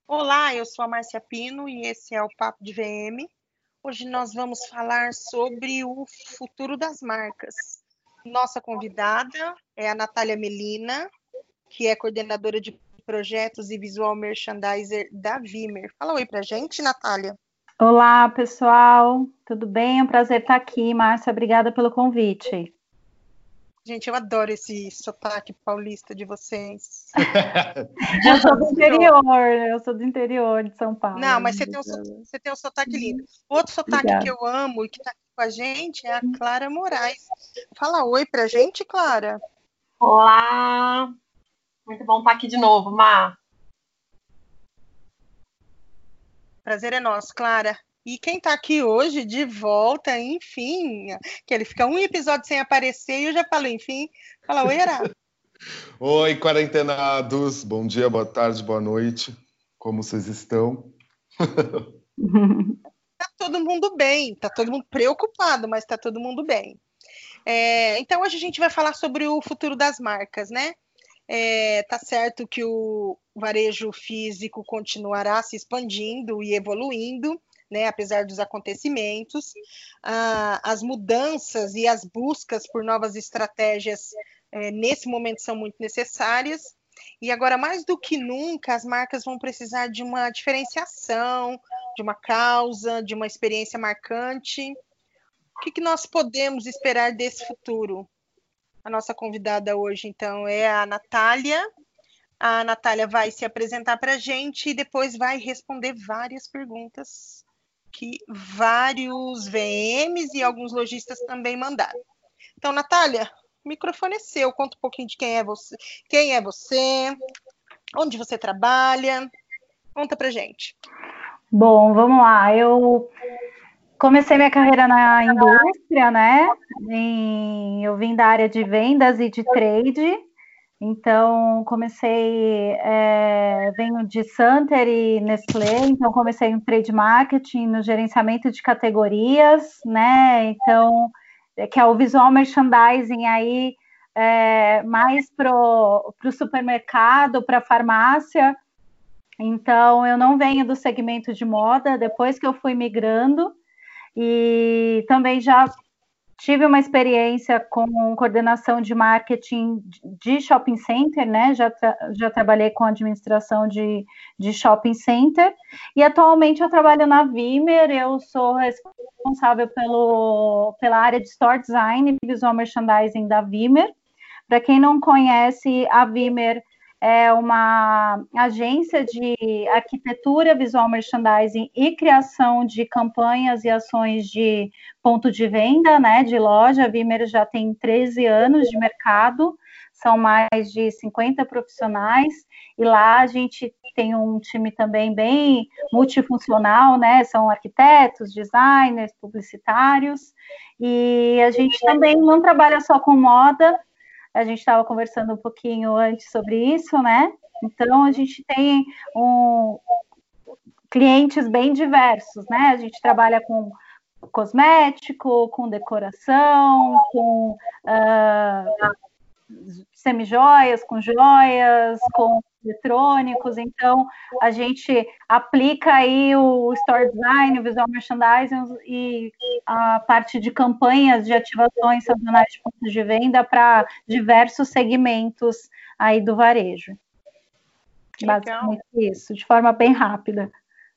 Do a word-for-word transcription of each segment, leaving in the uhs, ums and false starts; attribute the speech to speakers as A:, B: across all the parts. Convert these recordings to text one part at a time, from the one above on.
A: Olá, eu sou a Márcia Pino e esse é o Papo de V M. Hoje nós vamos falar sobre o futuro das marcas. Nossa convidada é a Natália Melina, que é coordenadora de projetos e visual merchandiser da Vimer. Fala oi pra gente, Natália.
B: Olá, pessoal, tudo bem? É um prazer estar aqui, Márcia. Obrigada pelo convite.
A: Gente, eu adoro esse sotaque paulista de vocês.
B: Eu sou do
A: Arrasou.
B: interior, eu sou do interior de São
A: Não,
B: Paulo.
A: mas você tem um, so- você tem um sotaque lindo. Outro sotaque que
B: Obrigada.
A: eu amo e que está aqui com a gente é a Clara Moraes. Fala oi pra gente, Clara.
C: Olá, muito bom estar aqui de novo, Mar.
A: Prazer é nosso, Clara. E quem está aqui hoje, de volta, enfim, que ele fica um episódio sem aparecer e eu já falo, enfim. Fala oi, Ara.
D: Oi, quarentenados. Bom dia, boa tarde, boa noite. Como vocês estão?
A: Tá todo mundo bem, tá todo mundo preocupado, mas tá todo mundo bem. É, então hoje a gente vai falar sobre o futuro das marcas, né? É, tá certo que o varejo físico continuará se expandindo e evoluindo, né, apesar dos acontecimentos. Ah, as mudanças e as buscas por novas estratégias é, nesse momento são muito necessárias. E agora, mais do que nunca, as marcas vão precisar de uma diferenciação, de uma causa, de uma experiência marcante. O que, que nós podemos esperar desse futuro? A nossa convidada hoje, então, é a Natália. A Natália vai se apresentar para a gente e depois vai responder várias perguntas que vários V Ms e alguns lojistas também mandaram. Então, Natália, o microfone é seu. Conta um pouquinho de quem é você, quem é você, onde você trabalha. Conta pra gente.
B: Bom, vamos lá. Eu comecei minha carreira na indústria, né? Em- eu vim da área de vendas e de trade. Então, comecei, é, venho de Santer e Nestlé, então comecei no trade marketing, no gerenciamento de categorias, né? Então, é, que é o visual merchandising aí, é, mais para o supermercado, para a farmácia. Então, eu não venho do segmento de moda, depois que eu fui migrando, e também já tive uma experiência com coordenação de marketing de shopping center, né? Já, tra já trabalhei com administração de, de shopping center e atualmente eu trabalho na Vimer. Eu sou responsável pelo, pela área de store design e visual merchandising da Vimer. Para quem não conhece, a Vimer é uma agência de arquitetura, visual merchandising e criação de campanhas e ações de ponto de venda, né, de loja. A Vimer já tem treze anos de mercado, são mais de cinquenta profissionais, e lá a gente tem um time também bem multifuncional, né, são arquitetos, designers, publicitários, e a gente também não trabalha só com moda. A gente estava conversando um pouquinho antes sobre isso, né? Então, a gente tem um, clientes bem diversos, né? A gente trabalha com cosmético, com decoração, com uh, semijoias, com joias, com eletrônicos. Então, a gente aplica aí o store design, o visual merchandising e a parte de campanhas de ativações sazonais de pontos de venda para diversos segmentos aí do varejo.
A: Que legal.
B: Basicamente isso, de forma bem rápida.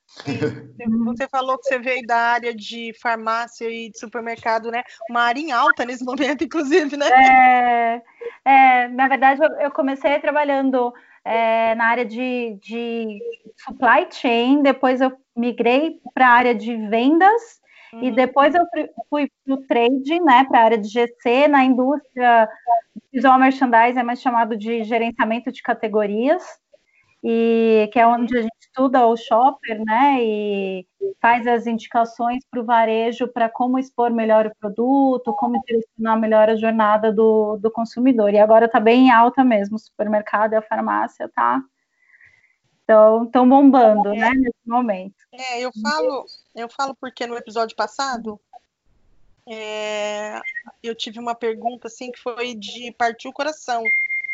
A: Você falou que você veio da área de farmácia e de supermercado, né? Uma área em alta nesse momento, inclusive, né?
B: É, é, na verdade, eu comecei trabalhando é, na área de, de supply chain, depois eu migrei para a área de vendas, uhum. E depois eu fui para o trade, né, para a área de G C, na indústria visual merchandising, é mais chamado de gerenciamento de categorias, e que é onde a gente estuda o shopper, né, e faz as indicações para o varejo para como expor melhor o produto, como direcionar melhor a jornada do, do consumidor. E agora está bem alta mesmo, o supermercado e a farmácia tá estão tão bombando, né, nesse momento.
A: É, eu falo, eu falo porque no episódio passado é, eu tive uma pergunta assim que foi de partir o coração,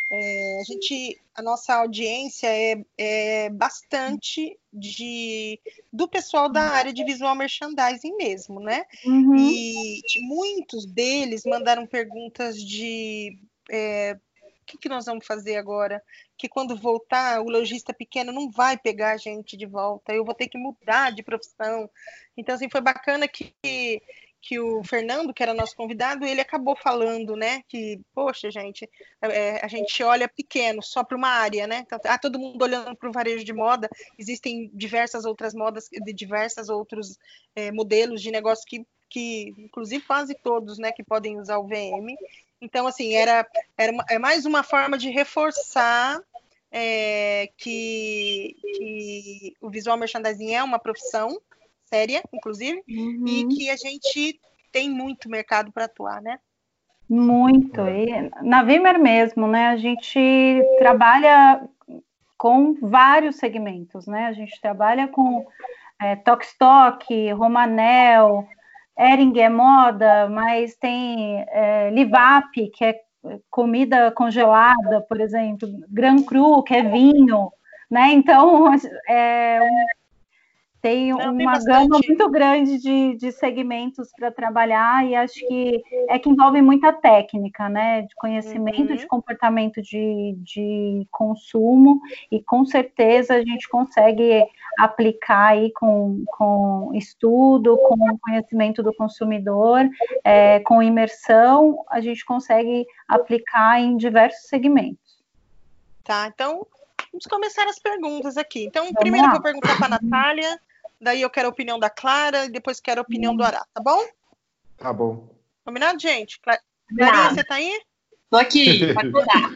A: É, a gente, a nossa audiência é, é bastante de, do pessoal da área de visual merchandising mesmo, né?
B: Uhum.
A: E muitos deles mandaram perguntas de é, o que, que nós vamos fazer agora? Que quando voltar, o lojista pequeno não vai pegar a gente de volta, eu vou ter que mudar de profissão. Então, assim, foi bacana que, que o Fernando, que era nosso convidado, ele acabou falando, né, que, poxa, gente, é, a gente olha pequeno, só para uma área, né? Então, ah, todo mundo olhando para o varejo de moda, existem diversas outras modas, de diversos outros é, modelos de negócio que, que, inclusive quase todos, né, que podem usar o V M. Então, assim, era, era uma, é mais uma forma de reforçar é, que, que o visual merchandising é uma profissão séria, inclusive,
B: Uhum.
A: e que a gente tem muito mercado para atuar, né?
B: Muito. E na Vimer mesmo, né? A gente trabalha com vários segmentos, né? A gente trabalha com é, Tokstok, Romanel, Hering é moda, mas tem é, Livap, que é comida congelada, por exemplo, Gran Cru, que é vinho, né? Então, é, tem
A: Não,
B: uma
A: tem bastante...
B: gama muito grande de, de segmentos para trabalhar e acho que é que envolve muita técnica, né? De conhecimento,
A: Uhum.
B: de comportamento de, de consumo e com certeza a gente consegue aplicar aí com, com estudo, com conhecimento do consumidor, é, com imersão, a gente consegue aplicar em diversos segmentos.
A: Tá, então vamos começar as perguntas aqui. Então,
B: Vamos
A: primeiro
B: lá.
A: eu vou perguntar para a Natália, daí eu quero a opinião da Clara e depois quero a opinião
B: Hum.
A: do Ará, tá bom?
D: Tá bom.
A: Combinado, gente? Cla... Clarinha, você tá aí?
C: Tô aqui, pode mudar.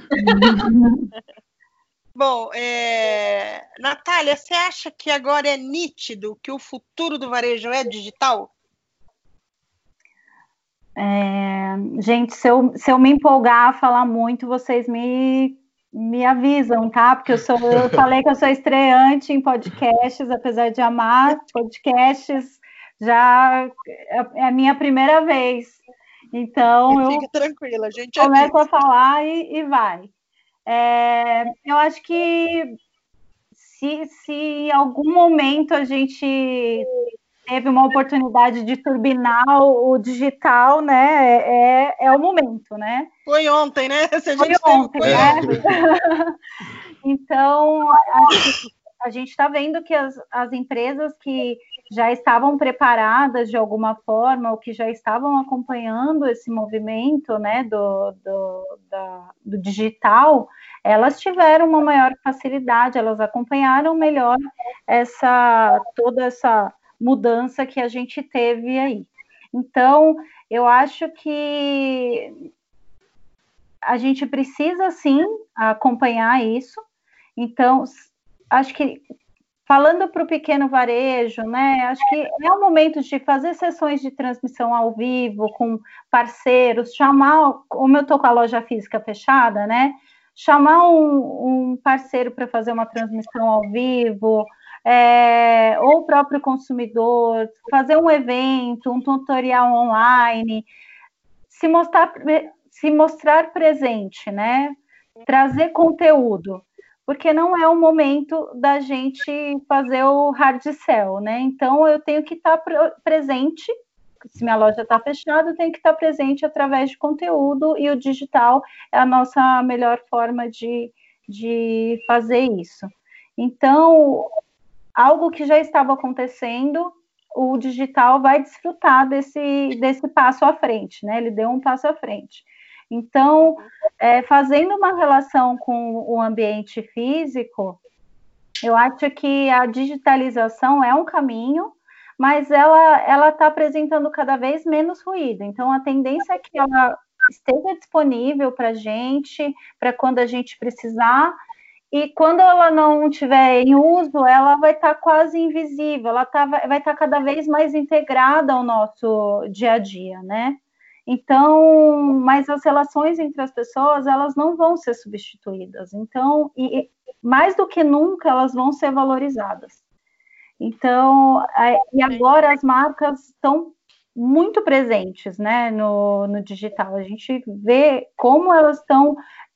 A: Bom, é... Natália, você acha que agora é nítido que o futuro do varejo é digital?
B: É... Gente, se eu, se eu me empolgar a falar muito, vocês me, me avisam, tá? Porque eu, sou, eu falei que eu sou estreante em podcasts, apesar de amar podcasts, já é a minha primeira vez. Então, eu
A: Fica tranquila, a gente
B: começo
A: avisa.
B: a falar e, e vai. É, eu acho que se, se em algum momento a gente teve uma oportunidade de turbinar o digital, né? É, é o momento, né?
A: Foi ontem, né? Se a
B: Foi
A: gente
B: ontem,
A: teve, foi
B: né?
A: ontem.
B: Então, a, a gente está vendo que as, as empresas que já estavam preparadas de alguma forma, ou que já estavam acompanhando esse movimento, né, do, do, da, do digital, elas tiveram uma maior facilidade, elas acompanharam melhor essa toda essa mudança que a gente teve aí. Então, eu acho que a gente precisa, sim, acompanhar isso. Então, acho que, falando para o pequeno varejo, né, acho que é o momento de fazer sessões de transmissão ao vivo com parceiros, chamar, como eu estou com a loja física fechada, né, chamar um, um parceiro para fazer uma transmissão ao vivo, é, ou o próprio consumidor, fazer um evento, um tutorial online, se mostrar, se mostrar presente, né? Trazer conteúdo, porque não é o momento da gente fazer o hard sell, né? Então eu tenho que estar presente. Se minha loja está fechada, eu tenho que estar presente através de conteúdo e o digital é a nossa melhor forma de, de fazer isso. Então, algo que já estava acontecendo, o digital vai desfrutar desse, desse passo à frente, né? Ele deu um passo à frente. Então, é, fazendo uma relação com o ambiente físico, eu acho que a digitalização é um caminho, mas ela ela está apresentando cada vez menos ruído. Então, a tendência é que ela esteja disponível para a gente, para quando a gente precisar, e quando ela não estiver em uso, ela vai estar tá quase invisível, ela tá, vai estar tá cada vez mais integrada ao nosso dia a dia, né? Então, mas as relações entre as pessoas, elas não vão ser substituídas. Então, e, mais do que nunca, elas vão ser valorizadas. Então, e agora as marcas estão muito presentes, né, no, no digital. A gente vê como elas estão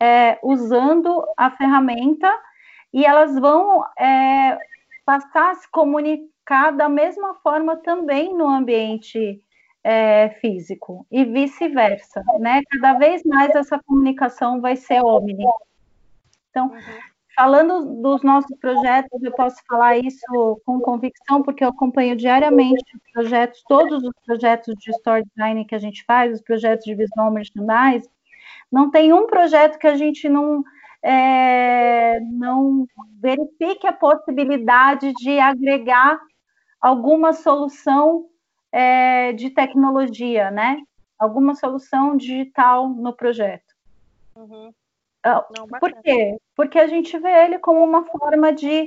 B: é, usando a ferramenta e elas vão é, passar a se comunicar da mesma forma também no ambiente é, físico e vice-versa, né? Cada vez mais essa comunicação vai ser omni. Então, falando dos nossos projetos, eu posso falar isso com convicção, porque eu acompanho diariamente os projetos, todos os projetos de Story Design que a gente faz, os projetos de Visual Merchandising. Não tem um projeto que a gente não, é, não verifique a possibilidade de agregar alguma solução é, de tecnologia, né? Alguma solução digital no projeto.
A: Uhum.
B: Não, por quê? Porque a gente vê ele como uma forma de,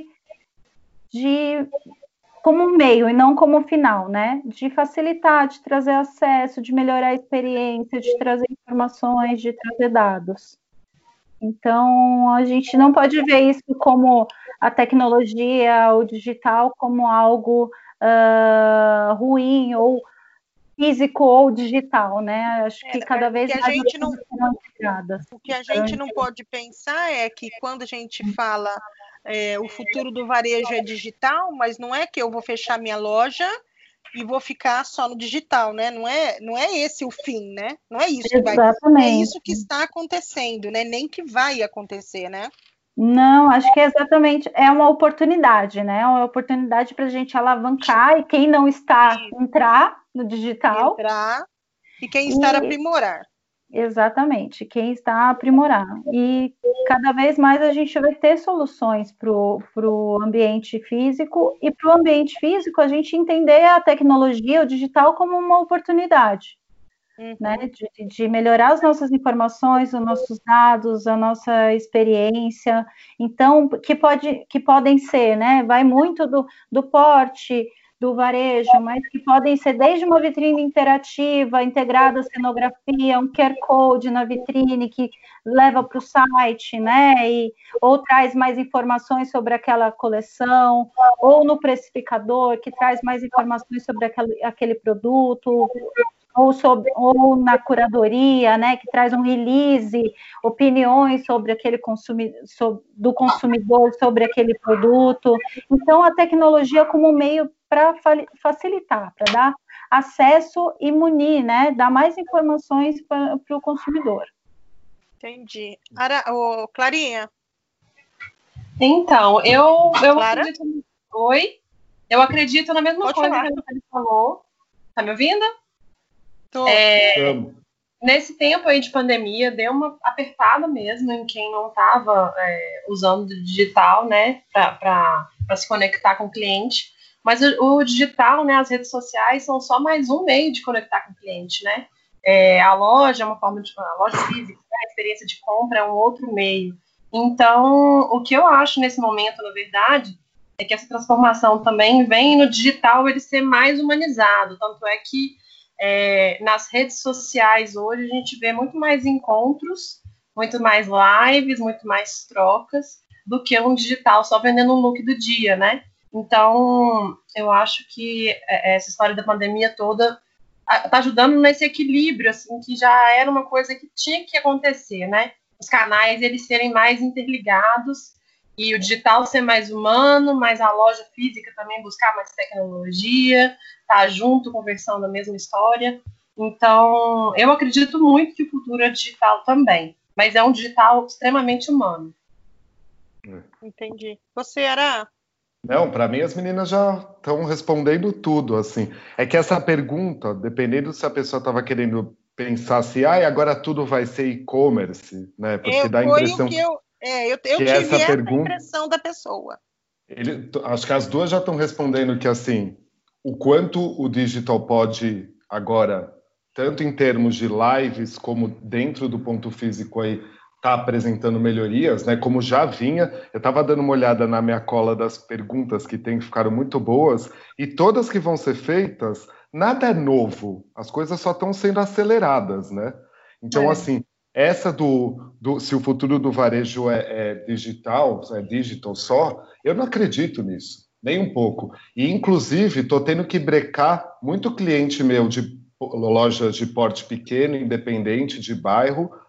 B: de como um meio e não como um final, né? De facilitar, de trazer acesso, de melhorar a experiência, de trazer informações, de trazer dados. Então, a gente não pode ver isso como a tecnologia, o digital, como algo uh, ruim ou físico ou digital, né? Acho que cada vez mais
A: a gente não,
B: integradas.
A: O que a gente não pode pensar é que quando a gente fala é, o futuro do varejo é digital, mas não é que eu vou fechar minha loja e vou ficar só no digital, né? Não é, não é esse o fim, né? Não é isso que vai, não é isso que está acontecendo, né? Nem que vai acontecer, né?
B: Não, acho que é exatamente, é uma oportunidade, né? É uma oportunidade para a gente alavancar e quem não está, entrar no digital.
A: Entrar e quem está
B: e,
A: aprimorar.
B: Exatamente, quem está a aprimorar. E cada vez mais a gente vai ter soluções para o ambiente físico e para o ambiente físico a gente entender a tecnologia, o digital, como uma oportunidade. Uhum. Né, de, de melhorar as nossas informações, os nossos dados, a nossa experiência, então, que, pode, que podem ser, né, vai muito do, do porte, do varejo, mas que podem ser desde uma vitrine interativa, integrada à cenografia, um Q R Code na vitrine que leva para o site, né, e, ou traz mais informações sobre aquela coleção, ou no precificador, que traz mais informações sobre aquele, aquele produto, ou, sobre, ou na curadoria, né, que traz um release, opiniões sobre aquele consumi, sobre, do consumidor sobre aquele produto. Então, a tecnologia como meio para facilitar, para dar acesso e munir, né, dar mais informações para o consumidor.
A: Entendi. Ara, oh, Clarinha?
C: Então, eu, eu acredito... Oi? Eu acredito na mesma
A: Pode
C: coisa
A: falar.
C: que ele falou. Tá me ouvindo?
D: É,
C: nesse tempo aí de pandemia, deu uma apertada mesmo em quem não estava é, usando o digital, né, para se conectar com o cliente. Mas o, o digital, né, as redes sociais são só mais um meio de conectar com o cliente, né? É, a loja é uma forma de... A loja física, né, a experiência de compra é um outro meio. Então, o que eu acho nesse momento, na verdade, é que essa transformação também vem no digital ele ser mais humanizado. Tanto é que É, nas redes sociais hoje a gente vê muito mais encontros, muito mais lives, muito mais trocas do que um digital só vendendo um look do dia, né? Então, eu acho que essa história da pandemia toda está ajudando nesse equilíbrio, assim, que já era uma coisa que tinha que acontecer, né? Os canais, eles serem mais interligados e o digital ser mais humano, mas a loja física também buscar mais tecnologia, estar junto, conversando a mesma história. Então, eu acredito muito que o futuro é digital também, mas é um digital extremamente humano.
A: Entendi. Você, Ara?
D: Não, para mim as meninas já estão respondendo tudo, assim. É que essa pergunta, dependendo se a pessoa estava querendo pensar se, ah, agora tudo vai ser e-commerce, né? Porque
A: eu,
D: dá a
A: foi
D: impressão
A: o que eu, é, eu, eu
D: que
A: tive
D: essa,
A: essa
D: pergunta,
A: impressão da pessoa.
D: Ele, acho que as duas já estão respondendo que, assim, o quanto o digital pode agora, tanto em termos de lives como dentro do ponto físico aí, está apresentando melhorias, né? Como já vinha, eu estava dando uma olhada na minha cola das perguntas que tem, que ficaram muito boas, e todas que vão ser feitas, nada é novo, as coisas só estão sendo aceleradas, né? Então, é. assim, essa do, do se o futuro do varejo é, é digital, é digital só, eu não acredito nisso, nem um pouco. E, inclusive, estou tendo que brecar muito cliente meu de lojas de porte pequeno, independente, de bairro,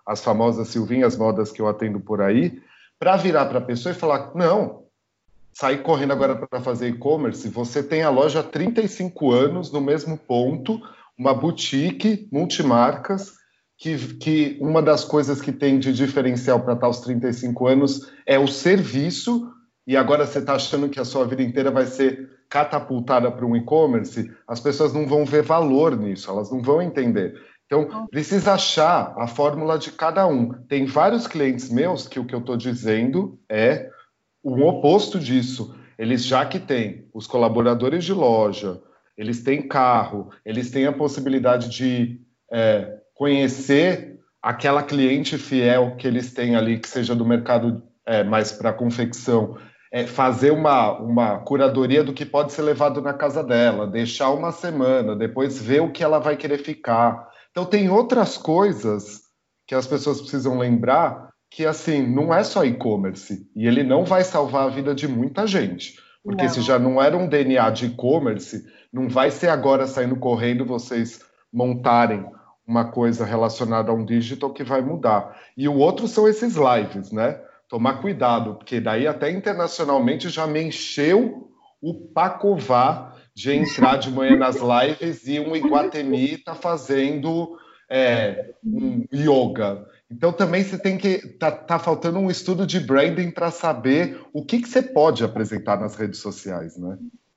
D: as famosas Silvinhas Modas que eu atendo por aí, para virar para a pessoa e falar, não, sair correndo agora para fazer e-commerce, você tem a loja há trinta e cinco anos no mesmo ponto, uma boutique, multimarcas, que, que uma das coisas que tem de diferencial para estar aos trinta e cinco anos é o serviço, e agora você está achando que a sua vida inteira vai ser catapultada para um e-commerce, as pessoas não vão ver valor nisso, elas não vão entender. Então, precisa achar a fórmula de cada um. Tem vários clientes meus que o que eu estou dizendo é o oposto disso. Eles já que têm os colaboradores de loja, eles têm carro, eles têm a possibilidade de é, conhecer aquela cliente fiel que eles têm ali, que seja do mercado é, mais para confecção, é, fazer uma, uma curadoria do que pode ser levado na casa dela, deixar uma semana, depois ver o que ela vai querer ficar. Então tem outras coisas que as pessoas precisam lembrar que, assim, não é só e-commerce, e ele não vai salvar a vida de muita gente, porque
A: Não.
D: se já não era um D N A de e-commerce, não vai ser agora saindo correndo vocês montarem uma coisa relacionada a um digital que vai mudar. E o outro são esses lives, né? Tomar cuidado, porque daí até internacionalmente já me encheu o pacová de entrar de manhã nas lives e um Iguatemi tá fazendo é, um yoga. Então também você tem que... Tá, tá faltando um estudo de branding para saber o que, que você pode apresentar nas redes sociais, né?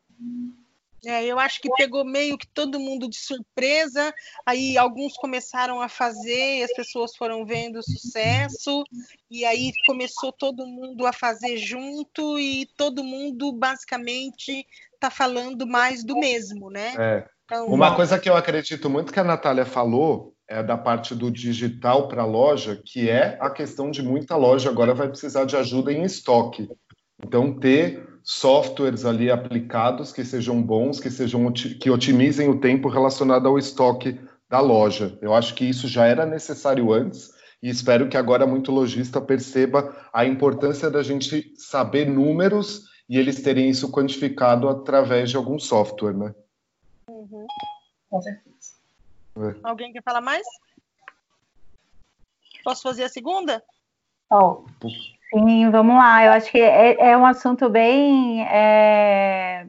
A: É, eu acho que pegou meio que todo mundo de surpresa, aí alguns começaram a fazer, as pessoas foram vendo o sucesso, e aí começou todo mundo a fazer junto, e todo mundo basicamente está falando mais do mesmo, né?
D: É.
A: Então,
D: Uma coisa que eu acredito muito que a Natália falou é da parte do digital para a loja, que é a questão de muita loja agora vai precisar de ajuda em estoque. Então, ter softwares ali aplicados que sejam bons, que sejam que otimizem o tempo relacionado ao estoque da loja. Eu acho que isso já era necessário antes e espero que agora muito lojista perceba a importância da gente saber números e eles terem isso quantificado através de algum software, né?
A: Uhum.
C: Com certeza.
D: É.
A: Alguém quer falar mais? Posso fazer a segunda?
B: Oh. Sim, vamos lá. Eu acho que é, é um assunto bem, é,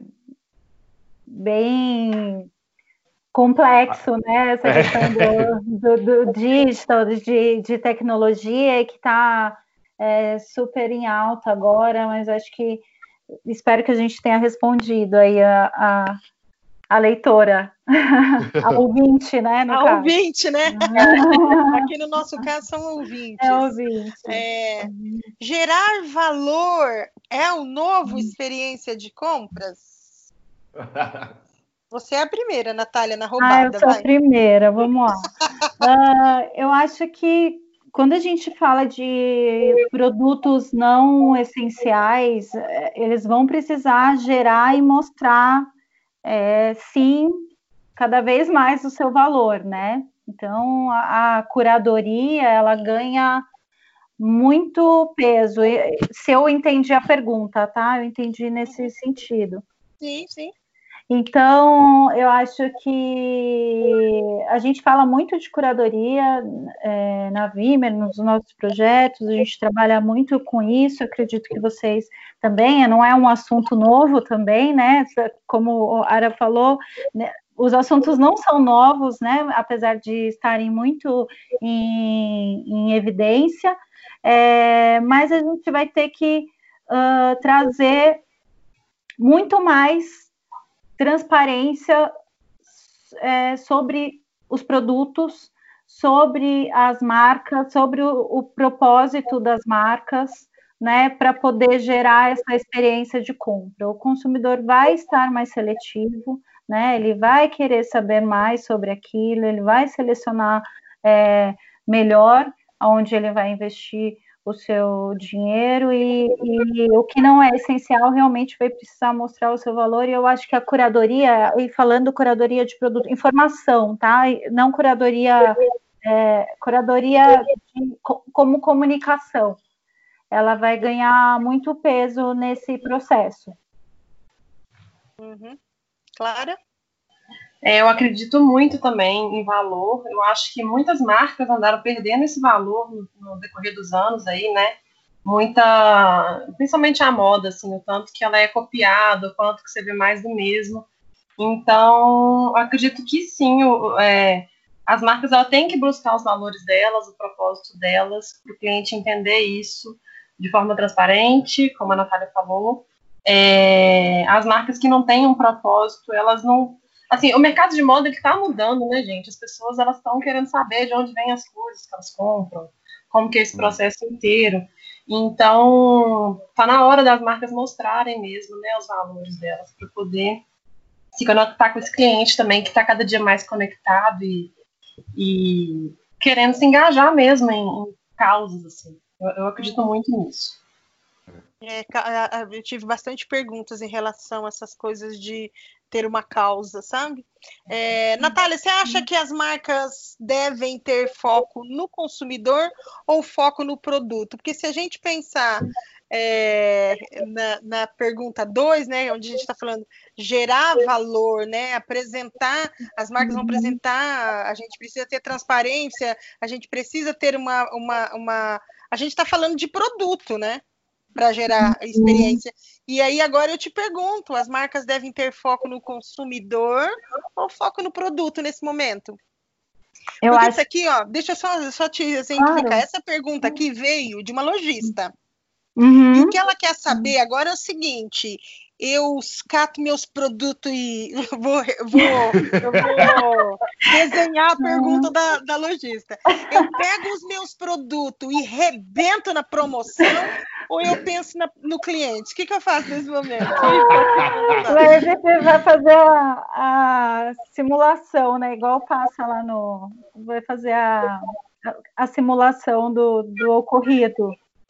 B: bem complexo, né? Essa questão do, do, do digital, de, de tecnologia, que está é, super em alta agora, mas acho que espero que a gente tenha respondido aí a, a, a leitora, a ouvinte, né? No
A: a
B: caso.
A: ouvinte, né? Aqui no nosso caso são ouvintes.
B: É ouvinte.
A: É, gerar valor é o novo experiência de compras? Você é a primeira, Natália, na roubada.
B: Ah, eu sou
A: vai.
B: a primeira, vamos lá. uh, eu acho que quando a gente fala de produtos não essenciais, eles vão precisar gerar e mostrar, é, sim, cada vez mais o seu valor, né? Então, a, a curadoria, ela ganha muito peso. Se eu entendi a pergunta, tá? Eu entendi nesse sentido.
A: Sim, sim.
B: Então, eu acho que a gente fala muito de curadoria é, na Vimer, nos nossos projetos, a gente trabalha muito com isso, acredito que vocês também, não é um assunto novo também, né? Como a Ara falou, né? Os assuntos não são novos, né? Apesar de estarem muito em, em evidência, é, mas a gente vai ter que uh, trazer muito mais transparência é, sobre os produtos, sobre as marcas, sobre o, o propósito das marcas, né, para poder gerar essa experiência de compra. O consumidor vai estar mais seletivo, né, ele vai querer saber mais sobre aquilo, ele vai selecionar é, melhor onde ele vai investir o seu dinheiro e, e o que não é essencial realmente vai precisar mostrar o seu valor, e eu acho que a curadoria, e falando curadoria de produto, informação, tá? Não curadoria, é, curadoria de, como comunicação, ela vai ganhar muito peso nesse processo.
A: Uhum. Clara?
C: É, eu acredito muito também em valor. Eu acho que muitas marcas andaram perdendo esse valor no, no decorrer dos anos aí, né? Muita, principalmente a moda, assim, o tanto que ela é copiada, o quanto que você vê mais do mesmo. Então, eu acredito que sim, o, é, as marcas ela têm que buscar os valores delas, o propósito delas, para o cliente entender isso de forma transparente, como a Natália falou. É, as marcas que não têm um propósito, elas não... Assim, o mercado de moda está mudando, né, gente? As pessoas elas estão querendo saber de onde vêm as coisas que elas compram, como que é esse processo inteiro. Então, tá na hora das marcas mostrarem mesmo, né, os valores delas, para poder se conectar com esse cliente também, que está cada dia mais conectado e, e querendo se engajar mesmo em, em causas, assim. Eu, eu acredito muito nisso.
A: É, eu tive bastante perguntas em relação a essas coisas de ter uma causa, sabe? É, Natália, você acha que as marcas devem ter foco no consumidor ou foco no produto? Porque se a gente pensar é, na, na pergunta dois, né, onde a gente está falando gerar valor, né, apresentar, as marcas vão apresentar, a gente precisa ter transparência, a gente precisa ter uma... uma, uma a gente está falando de produto, né? Para gerar experiência. E aí agora eu te pergunto, as marcas devem ter foco no consumidor ou foco no produto nesse momento? Eu Porque acho... isso aqui, ó, deixa eu só, só te exemplificar. Claro. Essa pergunta aqui veio de uma lojista. Uhum. E o que ela quer saber agora é o seguinte: eu cato meus produtos e vou, vou, eu vou desenhar a pergunta da, da lojista. Eu pego os meus produtos e rebento na promoção ou eu penso na, no cliente? O que, que eu faço nesse momento?
B: A gente vai fazer a, a simulação, né? Igual passa lá no... Vai fazer a, a, a simulação do, do ocorrido.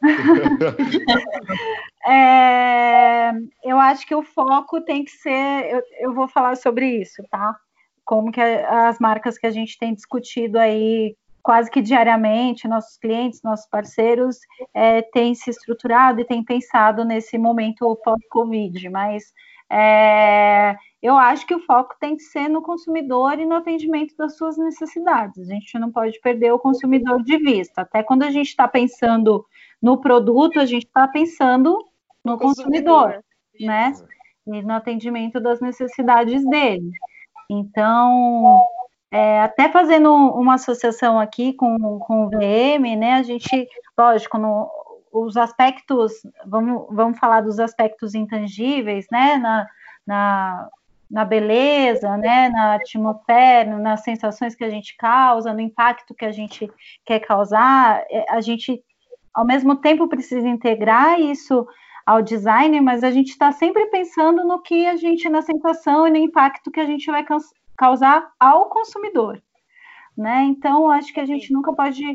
B: É, eu acho que o foco tem que ser, eu, eu vou falar sobre isso, tá? Como que a, as marcas que a gente tem discutido aí quase que diariamente, nossos clientes, nossos parceiros é, têm se estruturado e têm pensado nesse momento pós-Covid, mas é, eu acho que o foco tem que ser no consumidor e no atendimento das suas necessidades. A gente não pode perder o consumidor de vista. Até quando a gente está pensando no produto, a gente está pensando no consumidor, consumidor, né? E no atendimento das necessidades dele. Então, é, até fazendo uma associação aqui com, com o V M, né? A gente, lógico, no, os aspectos, vamos, vamos falar dos aspectos intangíveis, né? Na, na, na beleza, né? Na atmosfera, nas sensações que a gente causa, no impacto que a gente quer causar, a gente ao mesmo tempo precisa integrar isso ao design, mas a gente está sempre pensando no que a gente, na sensação e no impacto que a gente vai causar ao consumidor, né? Então, acho que a gente nunca pode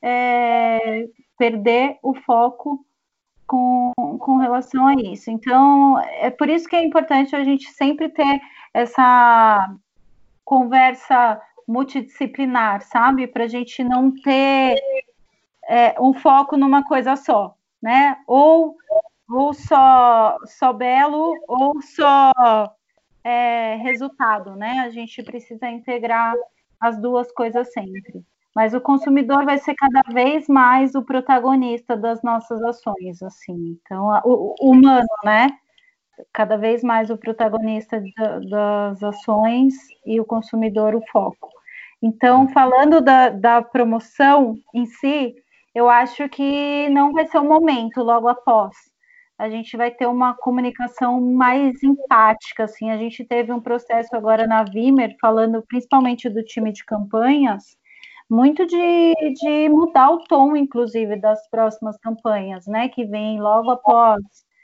B: é, perder o foco com, com relação a isso. Então, é por isso que é importante a gente sempre ter essa conversa multidisciplinar, sabe? Para a gente não ter É, um foco numa coisa só, né? Ou, ou só, só belo, ou só é, resultado, né? A gente precisa integrar as duas coisas sempre. Mas o consumidor vai ser cada vez mais o protagonista das nossas ações, assim. Então, o, o humano, né? Cada vez mais o protagonista da, das ações e o consumidor o foco. Então, falando da, da promoção em si, eu acho que não vai ser o momento logo após. A gente vai ter uma comunicação mais empática, assim. A gente teve um processo agora na Vimer, falando principalmente do time de campanhas, muito de, de mudar o tom, inclusive, das próximas campanhas, né? Que vem logo após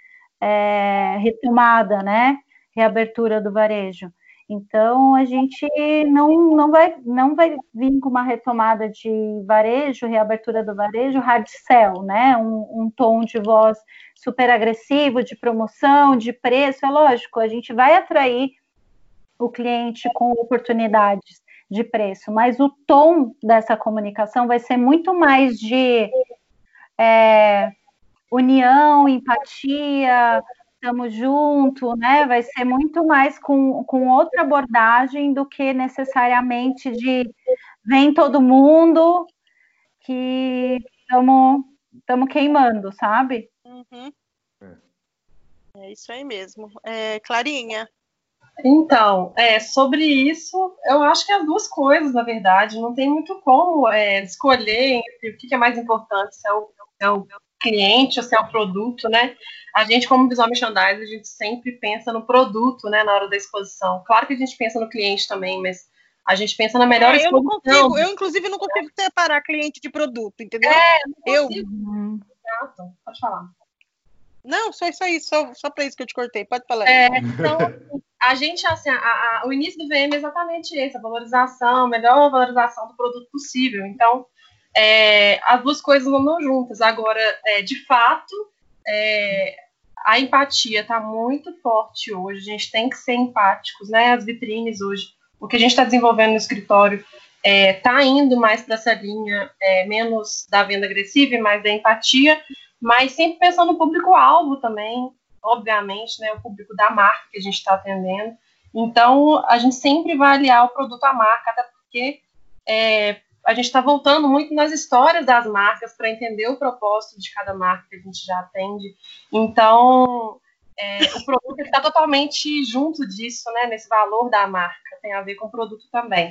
B: é, retomada, né? Reabertura do varejo. Então, a gente não, não, vai, não vai vir com uma retomada de varejo, reabertura do varejo, hard sell, né? Um, um tom de voz super agressivo, de promoção, de preço. É lógico, a gente vai atrair o cliente com oportunidades de preço, mas o tom dessa comunicação vai ser muito mais de é, união, empatia, estamos juntos, né? Vai ser muito mais com, com outra abordagem do que necessariamente de vem todo mundo que estamos queimando, sabe?
A: Uhum. É isso aí mesmo. É, Clarinha?
C: Então, é, sobre isso, eu acho que as duas coisas, na verdade, não tem muito como é, escolher entre o que é mais importante, se é o, se é o cliente ou se é o produto, né? A gente, como visual merchandising, a gente sempre pensa no produto, né, na hora da exposição. Claro que a gente pensa no cliente também, mas a gente pensa na melhor
A: é, eu
C: exposição.
A: não consigo, eu, inclusive, não consigo separar cliente de produto, entendeu?
C: É, não consigo.
B: Eu...
C: Exato, pode falar.
A: Não, só isso aí, só, só para isso que eu te cortei, pode falar.
C: É, então, a gente, assim, a, a, o início do V M é exatamente esse, a valorização, a melhor valorização do produto possível. Então, é, as duas coisas não andam juntas. Agora, é, de fato, é, a empatia está muito forte hoje, a gente tem que ser empáticos, né? As vitrines hoje, o que a gente está desenvolvendo no escritório está é, indo mais para essa linha, é, menos da venda agressiva e mais da empatia, mas sempre pensando no público-alvo também, obviamente, né, o público da marca que a gente está atendendo. Então, a gente sempre vai aliar o produto à marca, até porque é, a gente está voltando muito nas histórias das marcas para entender o propósito de cada marca que a gente já atende. Então, é, o produto está totalmente junto disso, né, nesse valor da marca, tem a ver com o produto também.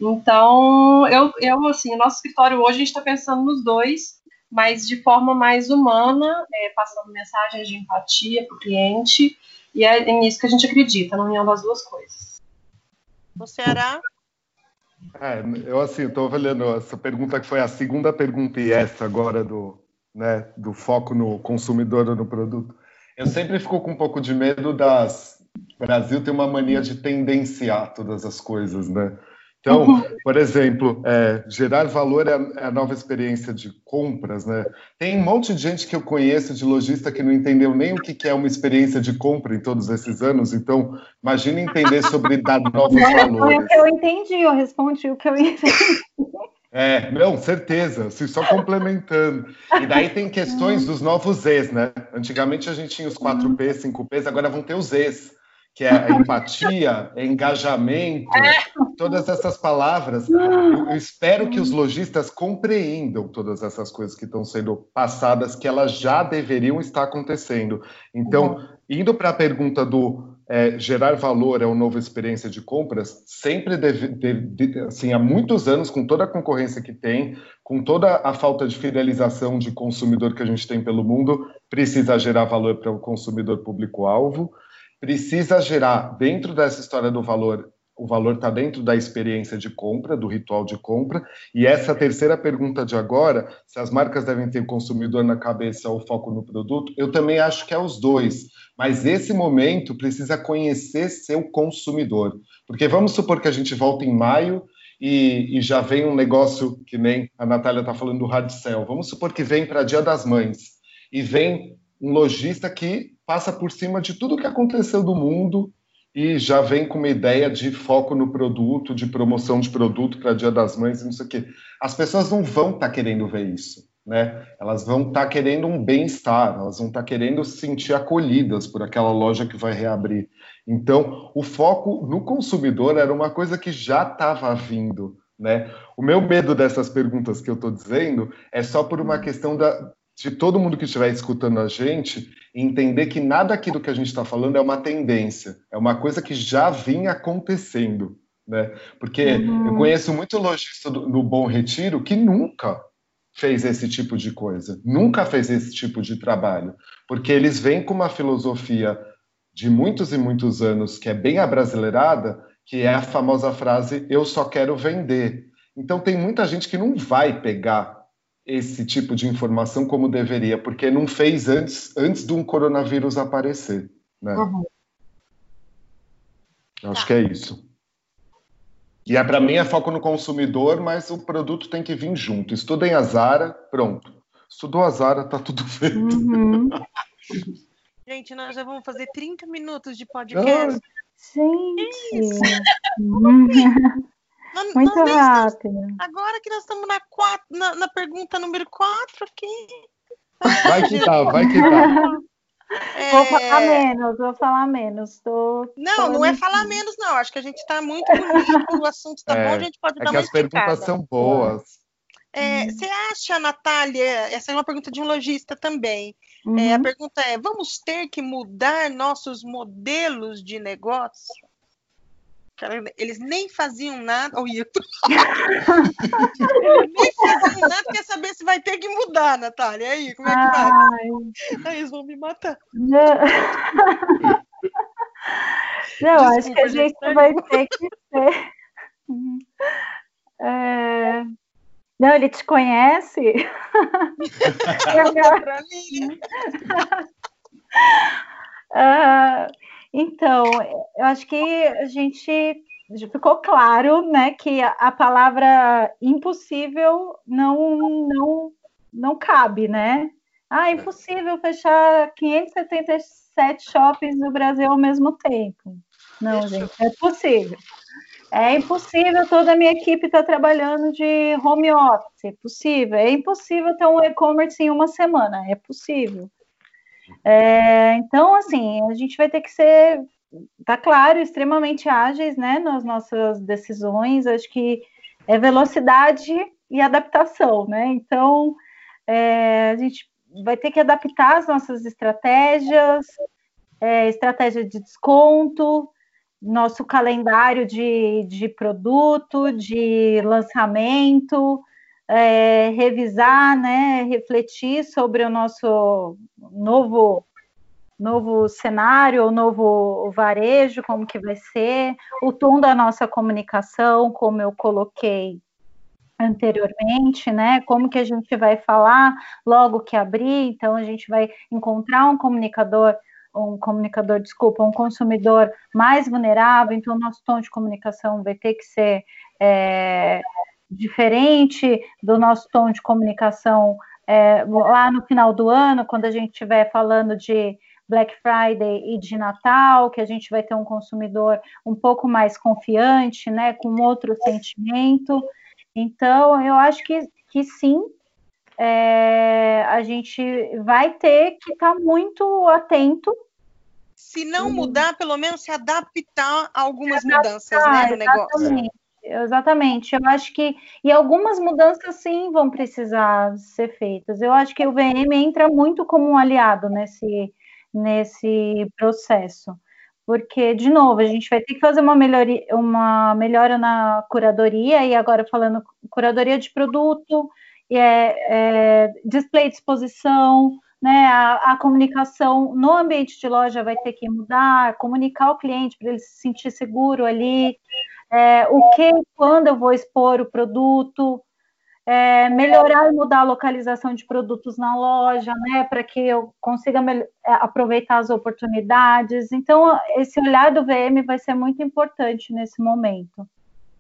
C: Então, eu, eu assim, o nosso escritório hoje a gente está pensando nos dois, mas de forma mais humana, é, passando mensagens de empatia para o cliente, e é nisso que a gente acredita, na união das duas coisas.
A: No Ceará?
D: É, eu assim, estou avaliando essa pergunta que foi a segunda pergunta e essa agora do, né, do foco no consumidor ou no produto. Eu sempre fico com um pouco de medo das... O Brasil tem uma mania de tendenciar todas as coisas, né? Então, por exemplo, é, gerar valor é a, é a nova experiência de compras, né? Tem um monte de gente que eu conheço de lojista que não entendeu nem o que, que é uma experiência de compra em todos esses anos. Então, imagine entender sobre dar novos valores.
B: Foi o que eu entendi, eu respondi o que eu entendi.
D: É, não, certeza, assim, só complementando. E daí tem questões dos novos Zs, né? Antigamente a gente tinha os quatro P, cinco Ps, agora vão ter os Zs, que é a empatia, é engajamento, todas essas palavras. Eu, eu espero que os lojistas compreendam todas essas coisas que estão sendo passadas, que elas já deveriam estar acontecendo. Então, indo para a pergunta do é, gerar valor é uma nova experiência de compras, sempre deve, deve, assim, há muitos anos, com toda a concorrência que tem, com toda a falta de fidelização de consumidor que a gente tem pelo mundo, precisa gerar valor para o consumidor público-alvo, precisa gerar, dentro dessa história do valor, o valor está dentro da experiência de compra, do ritual de compra, e essa terceira pergunta de agora, se as marcas devem ter o consumidor na cabeça ou foco no produto, eu também acho que é os dois, mas esse momento precisa conhecer seu consumidor, porque vamos supor que a gente volta em maio e, e já vem um negócio, que nem a Natália está falando do hard sell, vamos supor que vem para Dia das Mães, e vem um lojista que passa por cima de tudo que aconteceu do mundo e já vem com uma ideia de foco no produto, de promoção de produto para Dia das Mães e não sei o quê. As pessoas não vão estar tá querendo ver isso, né? Elas vão estar tá querendo um bem-estar, elas vão estar tá querendo se sentir acolhidas por aquela loja que vai reabrir. Então, o foco no consumidor era uma coisa que já estava vindo, né? O meu medo dessas perguntas que eu estou dizendo é só por uma questão da... de todo mundo que estiver escutando a gente, entender que nada aquilo que a gente está falando é uma tendência, é uma coisa que já vinha acontecendo, né? Porque uhum. eu conheço muito lojista do, no Bom Retiro que nunca fez esse tipo de coisa, nunca fez esse tipo de trabalho, porque eles vêm com uma filosofia de muitos e muitos anos que é bem abrasileirada, que é a famosa frase, eu só quero vender. Então tem muita gente que não vai pegar esse tipo de informação como deveria, porque não fez antes, antes de um coronavírus aparecer, né? Uhum. Acho que é isso. E é, para mim é foco no consumidor, mas o produto tem que vir junto. Estudem a Zara, pronto. Estudou a Zara, tá tudo feito. Uhum.
A: Gente, nós já vamos fazer trinta minutos de podcast.
B: Gente! Nós, muito nós rápido.
A: Estamos, agora que nós estamos na, quatro, na, na pergunta número quatro aqui.
D: Vai que dá, vai que dá.
A: É...
B: Vou falar menos, vou falar menos. Tô
A: não, não é falar menos, não. Acho que a gente está muito bonito, o assunto está é, bom, a gente pode
D: é
A: dar
D: que
A: uma
D: as
A: explicada.
D: Perguntas são boas.
A: É, hum. Você acha, Natália, essa é uma pergunta de um lojista também,
B: uhum.
A: é, a pergunta é, vamos ter que mudar nossos modelos de negócio? Eles nem faziam nada, oh, eles nem faziam nada, quer saber se vai ter que mudar, Natália, e aí, como é que vai? Aí eles vão me matar.
B: Não, Não Desculpa, acho que a gente, gente vai ter que ser... É... Não, ele te conhece?
A: Pra mim.
B: uh, então, eu acho que a gente ficou claro, né, que a, a palavra impossível não, não, não cabe, né? Ah, impossível fechar quinhentos e setenta e sete shoppings no Brasil ao mesmo tempo. Não, Deixa gente, é possível. É impossível toda a minha equipe estar tá trabalhando de home office, é possível. É impossível ter um e-commerce em uma semana, é possível. É, então, assim, a gente vai ter que ser, tá claro, extremamente ágeis, né, nas nossas decisões. Acho que é velocidade e adaptação, né? Então, é, a gente vai ter que adaptar as nossas estratégias, é, estratégia de desconto, nosso calendário de, de produto, de lançamento, é, revisar, né, refletir sobre o nosso novo, novo cenário, o novo varejo, como que vai ser, o tom da nossa comunicação, como eu coloquei anteriormente, né, como que a gente vai falar logo que abrir, então a gente vai encontrar um comunicador um comunicador, desculpa, um consumidor mais vulnerável, então o nosso tom de comunicação vai ter que ser é, diferente do nosso tom de comunicação é, lá no final do ano, quando a gente estiver falando de Black Friday e de Natal, que a gente vai ter um consumidor um pouco mais confiante, né, com outro sentimento. Então, eu acho que, que sim, é, a gente vai ter que estar tá muito atento.
A: Se não mudar, pelo menos se adaptar a algumas se mudanças, adaptar, né, no
B: exatamente,
A: negócio.
B: Exatamente. Eu acho que e algumas mudanças sim vão precisar ser feitas. Eu acho que o V M entra muito como um aliado nesse, nesse processo. Porque, de novo, a gente vai ter que fazer uma melhoria, uma melhora na curadoria, e agora falando curadoria de produto, é, é, display de exposição, né, a, a comunicação no ambiente de loja vai ter que mudar, comunicar ao cliente para ele se sentir seguro ali, é, o que, quando eu vou expor o produto, é, melhorar e mudar a localização de produtos na loja, né, para que eu consiga aproveitar as oportunidades. Então, esse olhar do V M vai ser muito importante nesse momento.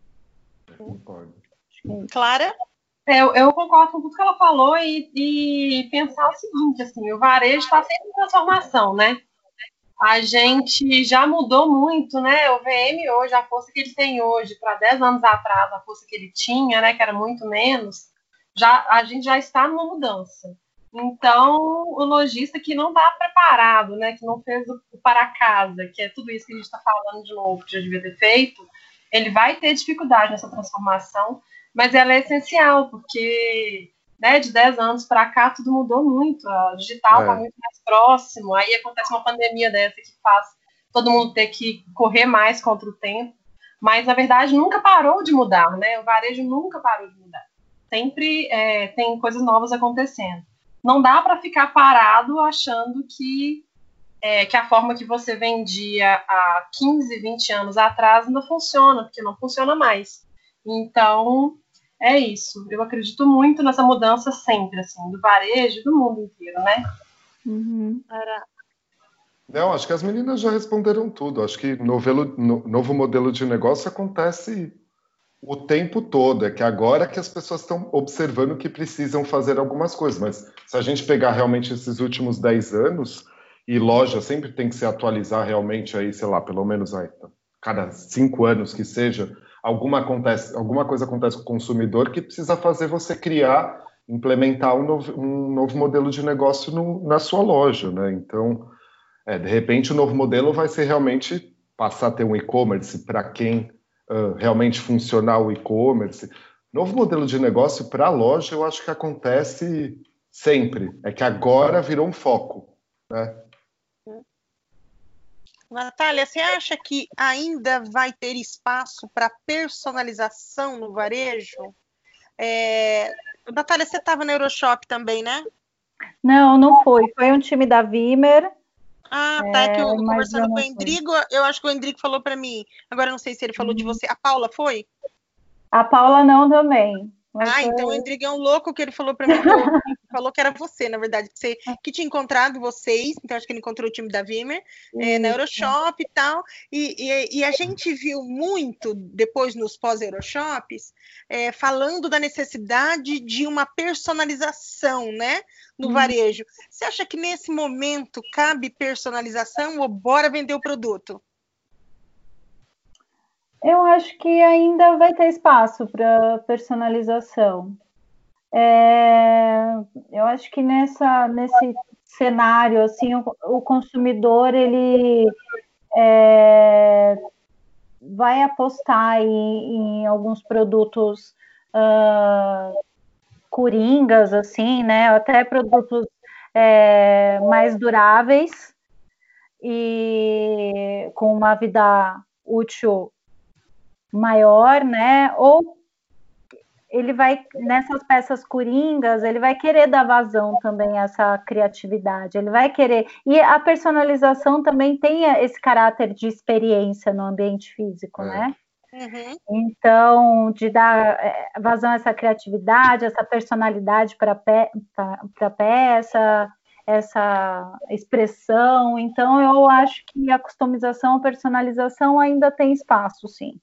D: Concordo.
A: Clara?
C: Eu, eu concordo com tudo que ela falou e, e pensar o seguinte, assim, o varejo está sempre em transformação, né? A gente já mudou muito, né? O V M hoje, a força que ele tem hoje, para dez anos atrás, a força que ele tinha, né? Que era muito menos, já, a gente já está numa mudança. Então, o lojista que não está preparado, né? Que não fez o, o para casa, que é tudo isso que a gente está falando de novo, que já devia ter feito, ele vai ter dificuldade nessa transformação, mas ela é essencial, porque... Né, de dez anos para cá, tudo mudou muito. O digital está é. muito mais próximo. Aí acontece uma pandemia dessa que faz todo mundo ter que correr mais contra o tempo. Mas, na verdade, nunca parou de mudar. Né? O varejo nunca parou de mudar. Sempre é, tem coisas novas acontecendo. Não dá para ficar parado achando que, é, que a forma que você vendia há quinze, vinte anos atrás ainda funciona, porque não funciona mais. Então... É isso, eu acredito muito nessa mudança sempre, assim, do varejo, do mundo inteiro, né?
B: Uhum.
D: Não, acho que as meninas já responderam tudo. Acho que novelo, no, novo modelo de negócio acontece o tempo todo. É que agora que as pessoas estão observando que precisam fazer algumas coisas. Mas se a gente pegar realmente esses últimos dez anos, e loja sempre tem que se atualizar realmente aí, sei lá, pelo menos aí, cada cinco anos que seja... Alguma, acontece, alguma coisa acontece com o consumidor que precisa fazer você criar, implementar um novo, um novo modelo de negócio no, na sua loja, né? Então, É, de repente, o novo modelo vai ser realmente passar a ter um e-commerce para quem uh, realmente funcionar o e-commerce. Novo modelo de negócio para a loja, eu acho que acontece sempre. É que agora virou um foco, né?
A: Natália, você acha que ainda vai ter espaço para personalização no varejo? É... Natália, você estava na Euroshop também, né?
B: Não, não foi. Foi um time da Vimer.
A: Ah, tá. É que eu,
B: É,
A: conversando com o Endrigo, eu acho que o Endrigo falou para mim. Agora não sei se ele falou hum. de você. A Paula foi?
B: A Paula não também.
A: Ah, foi... então o Endrigo é um louco que ele falou para mim, que eu, falou que era você, na verdade, que, você, que tinha encontrado vocês, então acho que ele encontrou o time da Vimer é, na Euroshop e tal, e, e, e a gente viu muito, depois nos pós-Euroshops, é, falando da necessidade de uma personalização, né, no hum. varejo. Você acha que nesse momento cabe personalização ou bora vender o produto?
B: Eu acho que ainda vai ter espaço para personalização. É, eu acho que nessa, nesse cenário, assim, o, o consumidor ele é, vai apostar em, em alguns produtos uh, coringas, assim, né? Até produtos é, mais duráveis e com uma vida útil maior, né? Ou ele vai, nessas peças coringas, ele vai querer dar vazão também a essa criatividade, ele vai querer, e a personalização também tem esse caráter de experiência no ambiente físico, é. né? Uhum. Então, de dar vazão a essa criatividade, essa personalidade para pe a peça, essa expressão, então eu acho que a customização, a personalização ainda tem espaço, sim.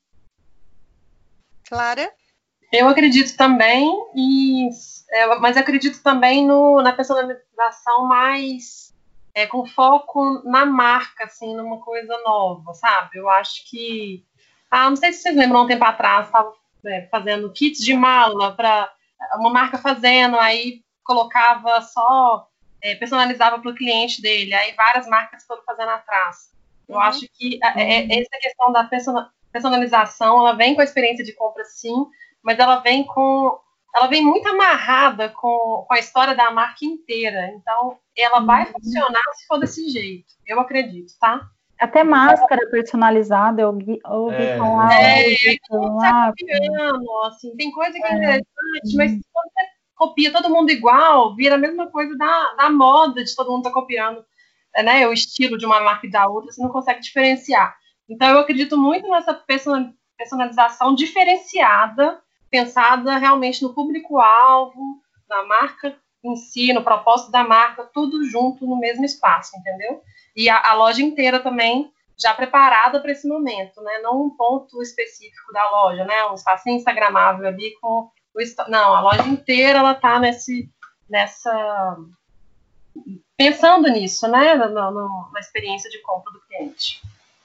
A: Clara?
C: Eu acredito também, e, é, mas acredito também no, na personalização mais é, com foco na marca, assim, numa coisa nova, sabe? Eu acho que... Ah, não sei se vocês lembram, um tempo atrás, estava é, fazendo kits de mala para uma marca fazendo, aí colocava só, é, personalizava para o cliente dele, aí várias marcas foram fazendo atrás. Eu uhum. acho que é, é, essa questão da personalização, ela vem com a experiência de compra, sim, mas ela vem com, ela vem muito amarrada com, com a história da marca inteira. Então, ela uhum. vai funcionar se for desse jeito. Eu acredito, tá?
B: Até máscara personalizada, eu ouvi, ouvi
C: é.
B: falar.
C: É, aí todo sai copiando, assim, tem coisa que é interessante, é. mas quando você copia todo mundo igual, vira a mesma coisa da, da moda de todo mundo tá copiando, né, o estilo de uma marca e da outra, você não consegue diferenciar. Então, eu acredito muito nessa personalização diferenciada, pensada realmente no público-alvo, na marca em si, no propósito da marca, tudo junto no mesmo espaço, entendeu? E a, a loja inteira também já preparada para esse momento, né? Não um ponto específico da loja, né? Um espaço instagramável ali com o... Não, a loja inteira, ela tá nesse, nessa... pensando nisso, né? Na, na, na experiência de compra do cliente.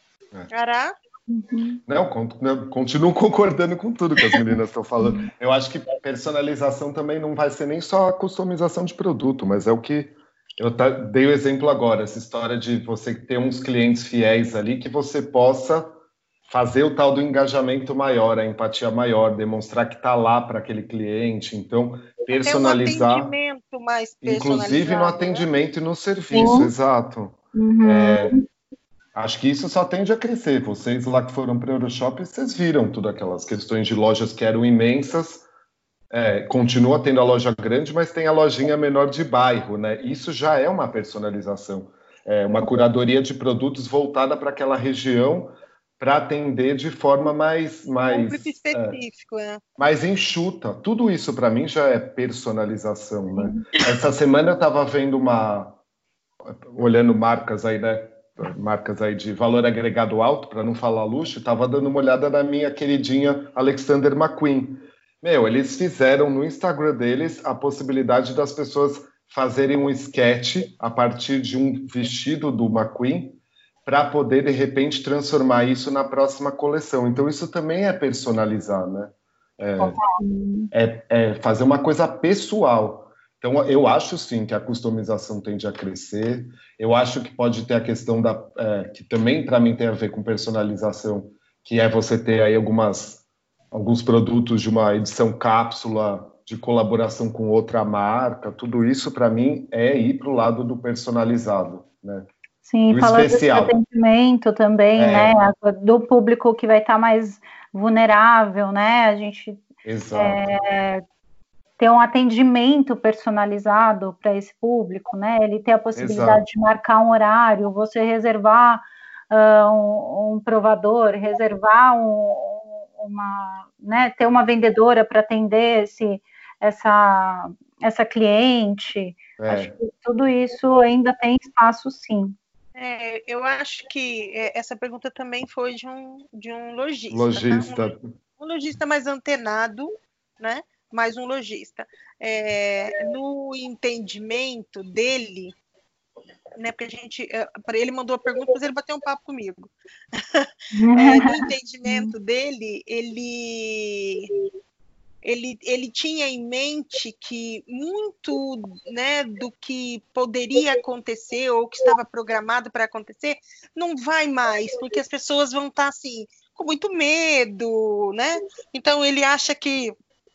A: Cará?
D: Uhum. Não, continuo concordando com tudo que as meninas estão falando. Eu acho que personalização também não vai ser nem só a customização de produto, mas é o que eu tá, dei o exemplo agora, essa história de você ter uns clientes fiéis ali que você possa fazer o tal do engajamento maior, a empatia maior, demonstrar que está lá para aquele cliente. Então, personalizar...
A: Tem um atendimento mais personalizado.
D: Inclusive no atendimento, né? E no serviço, uhum. exato. Uhum. É, acho que isso só tende a crescer. Vocês lá que foram para o Euroshop, vocês viram todas aquelas questões de lojas que eram imensas. É, continua tendo a loja grande, mas tem a lojinha menor de bairro, né? Isso já é uma personalização. É uma curadoria de produtos voltada para aquela região para atender de forma mais... mais
A: específico, é, é.
D: mais enxuta. Tudo isso, para mim, já é personalização, né? Essa semana eu estava vendo uma... olhando marcas aí, né? marcas aí de valor agregado alto, para não falar luxo, estava dando uma olhada na minha queridinha Alexander McQueen. Meu, eles fizeram no Instagram deles a possibilidade das pessoas fazerem um sketch a partir de um vestido do McQueen para poder, de repente, transformar isso na próxima coleção. Então, isso também é personalizar, né? É, é, é fazer uma coisa pessoal. Então, eu acho sim que a customização tende a crescer. Eu acho que pode ter a questão da é, que também para mim tem a ver com personalização, que é você ter aí algumas alguns produtos de uma edição cápsula de colaboração com outra marca. Tudo isso para mim é ir para o lado do personalizado, né?
B: Sim,
D: Do
B: falando
D: especial.
B: desse atendimento também,
D: É.
B: né? Do público que vai estar mais vulnerável, né? A gente
D: Exato.
B: É, ter um atendimento personalizado para esse público, né? Ele ter a possibilidade
D: Exato.
B: de marcar um horário, você reservar uh, um, um provador, reservar um, uma, né? Ter uma vendedora para atender esse, essa, essa cliente.
D: É.
B: Acho que tudo isso ainda tem espaço, sim.
A: É, eu acho que essa pergunta também foi de um, de um lojista.
D: Lojista.
A: Tá? Um, um lojista mais antenado, né? Mais um lojista. É, no entendimento dele, né? Porque a gente, para ele mandou a pergunta, mas ele bateu um papo comigo. É, no entendimento dele, ele Ele, ele tinha em mente que muito, né, do que poderia acontecer ou que estava programado para acontecer não vai mais, porque as pessoas vão estar assim, com muito medo, né? Então ele acha que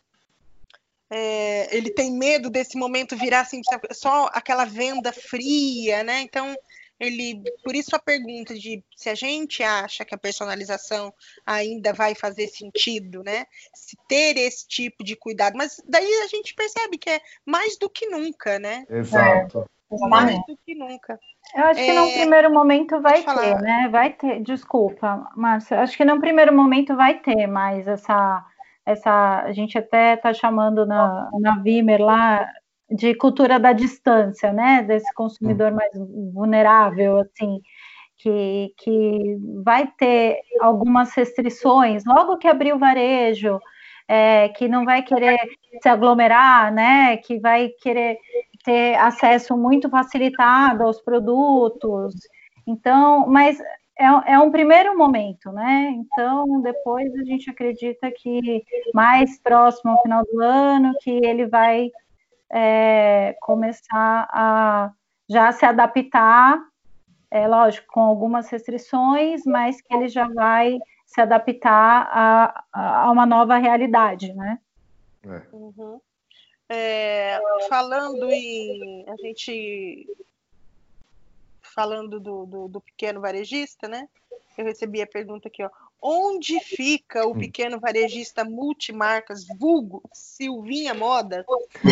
A: é, ele tem medo desse momento virar assim, só aquela venda fria, né? Então ele, por isso a pergunta de se a gente acha que a personalização ainda vai fazer sentido, né? Se ter esse tipo de cuidado, mas daí a gente percebe que é mais do que nunca, né?
D: Exato.
B: É,
A: mais do que nunca.
B: Eu acho que
A: é,
B: num primeiro momento vai ter,
A: falar.
B: né? Vai ter, desculpa, Márcia, acho que num primeiro momento vai ter mais essa, essa a gente até está chamando na, na Vimer lá de cultura da distância, né? Desse consumidor mais vulnerável, assim, que, que vai ter algumas restrições, logo que abrir o varejo, é, que não vai querer se aglomerar, né? Que vai querer ter acesso muito facilitado aos produtos. Então, mas é, é um primeiro momento, né? Então, depois a gente acredita que mais próximo ao final do ano, que ele vai é, começar a já se adaptar, é lógico, com algumas restrições, mas que ele já vai se adaptar a, a uma nova realidade, né?
A: É. Uhum. É, falando em a gente falando do, do, do pequeno varejista, né? Eu recebi a pergunta aqui, ó. Onde fica o pequeno varejista multimarcas, vulgo Silvinha Modas?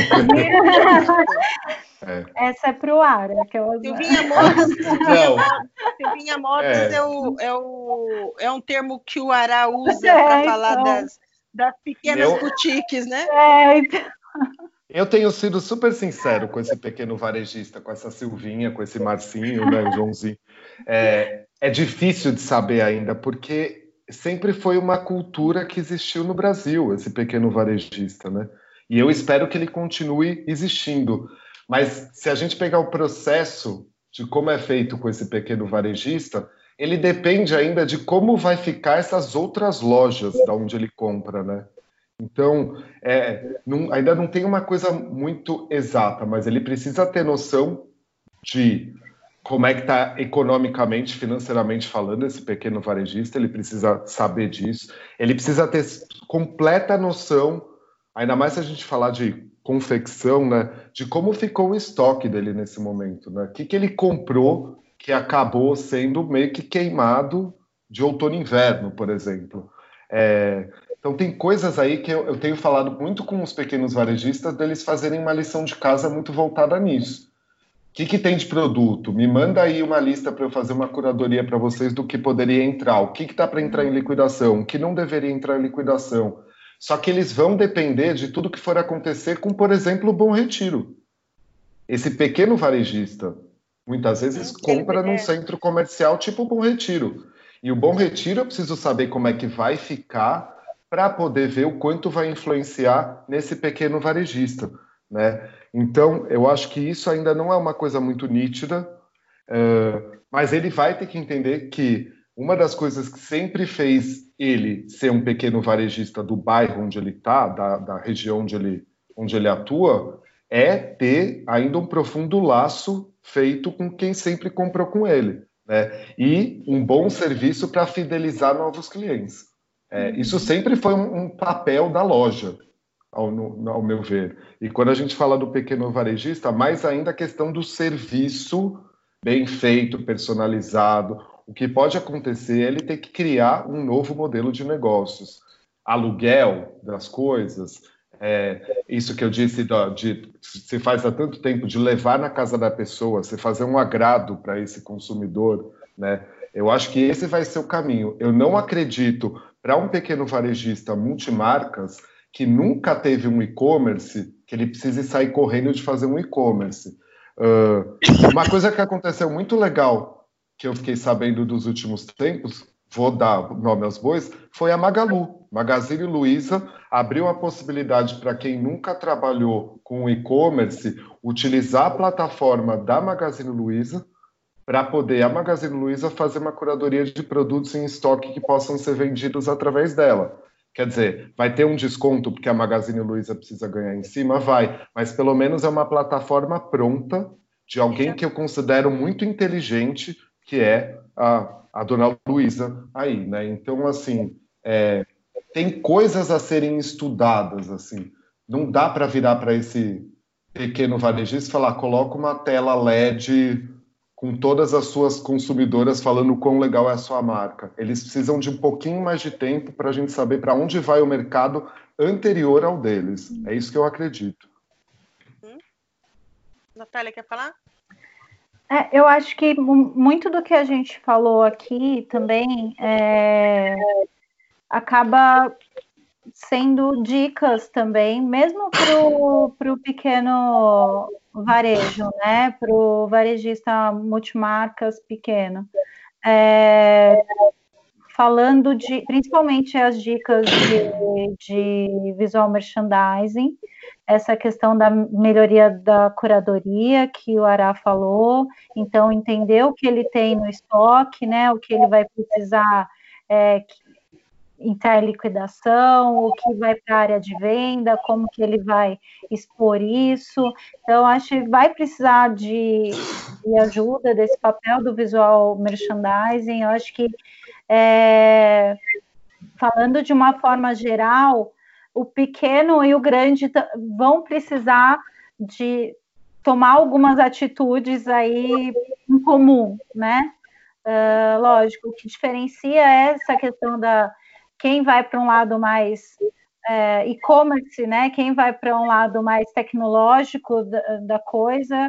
B: É. Essa é pro ar. Aquelas...
A: Silvinha Modas, Silvinha, Silvinha Modas é. É, o, é, o, é um termo que o Ará usa é, para falar então... das, das pequenas Eu... boutiques, né?
B: É, então...
D: Eu tenho sido super sincero com esse pequeno varejista, com essa Silvinha, com esse Marcinho, né, o Joãozinho. É, é difícil de saber ainda, porque sempre foi uma cultura que existiu no Brasil, esse pequeno varejista, né? E eu espero que ele continue existindo. Mas se a gente pegar o processo de como é feito com esse pequeno varejista, ele depende ainda de como vai ficar essas outras lojas da onde ele compra, né? Então, é, não, ainda não tem uma coisa muito exata, mas ele precisa ter noção de como é que está economicamente, financeiramente falando, esse pequeno varejista, ele precisa saber disso. Ele precisa ter completa noção, ainda mais se a gente falar de confecção, né, de como ficou o estoque dele nesse momento, né? O que, que ele comprou que acabou sendo meio que queimado de outono e inverno, por exemplo. É... Então, tem coisas aí que eu, eu tenho falado muito com os pequenos varejistas, deles fazerem uma lição de casa muito voltada nisso. O que, que tem de produto? Me manda aí uma lista para eu fazer uma curadoria para vocês do que poderia entrar, o que está para entrar em liquidação, o que não deveria entrar em liquidação. Só que eles vão depender de tudo que for acontecer com, por exemplo, o Bom Retiro. Esse pequeno varejista, muitas vezes, compra num centro comercial tipo o Bom Retiro. E o Bom Retiro eu preciso saber como é que vai ficar para poder ver o quanto vai influenciar nesse pequeno varejista, né? Então, eu acho que isso ainda não é uma coisa muito nítida, uh, mas ele vai ter que entender que uma das coisas que sempre fez ele ser um pequeno varejista do bairro onde ele está, da, da região onde ele, onde ele atua, é ter ainda um profundo laço feito com quem sempre comprou com ele, né? E um bom serviço para fidelizar novos clientes. É, isso sempre foi um, um papel da loja, ao, no, ao meu ver. E quando a gente fala do pequeno varejista, mais ainda a questão do serviço bem feito, personalizado. O que pode acontecer é ele ter que criar um novo modelo de negócios. Aluguel das coisas, é, isso que eu disse da, de se faz há tanto tempo, de levar na casa da pessoa, você fazer um agrado para esse consumidor, né? Eu acho que esse vai ser o caminho. Eu não acredito, para um pequeno varejista multimarcas, que nunca teve um e-commerce, que ele precise sair correndo de fazer um e-commerce. Uh, uma coisa que aconteceu muito legal, que eu fiquei sabendo dos últimos tempos, vou dar nome aos bois, foi a Magalu. Magazine Luiza abriu a possibilidade para quem nunca trabalhou com e-commerce utilizar a plataforma da Magazine Luiza para poder a Magazine Luiza fazer uma curadoria de produtos em estoque que possam ser vendidos através dela. Quer dizer, vai ter um desconto porque a Magazine Luiza precisa ganhar em cima? Vai, mas pelo menos é uma plataforma pronta de alguém que eu considero muito inteligente, que é a, a dona Luiza aí, né? Então, assim, é, tem coisas a serem estudadas, assim. Não dá para virar para esse pequeno varejista e falar, coloca uma tela L E D com todas as suas consumidoras falando o quão legal é a sua marca. Eles precisam de um pouquinho mais de tempo para a gente saber para onde vai o mercado anterior ao deles. É isso que eu acredito.
A: Hum? Natália, quer falar?
B: É, eu acho que muito do que a gente falou aqui também é, acaba sendo dicas também, mesmo para o pequeno varejo, né? Para o varejista multimarcas pequeno. É, falando de, principalmente as dicas de, de visual merchandising, essa questão da melhoria da curadoria que o Ará falou, então entender o que ele tem no estoque, né? O que ele vai precisar é, entrar em liquidação, o que vai para a área de venda, como que ele vai expor isso. Então, acho que vai precisar de, de ajuda desse papel do visual merchandising. Eu acho que, é, falando de uma forma geral, o pequeno e o grande vão precisar de tomar algumas atitudes aí em comum, né? Uh, lógico, o que diferencia é essa questão da quem vai para um lado mais é, e-commerce, né? Quem vai para um lado mais tecnológico da, da coisa,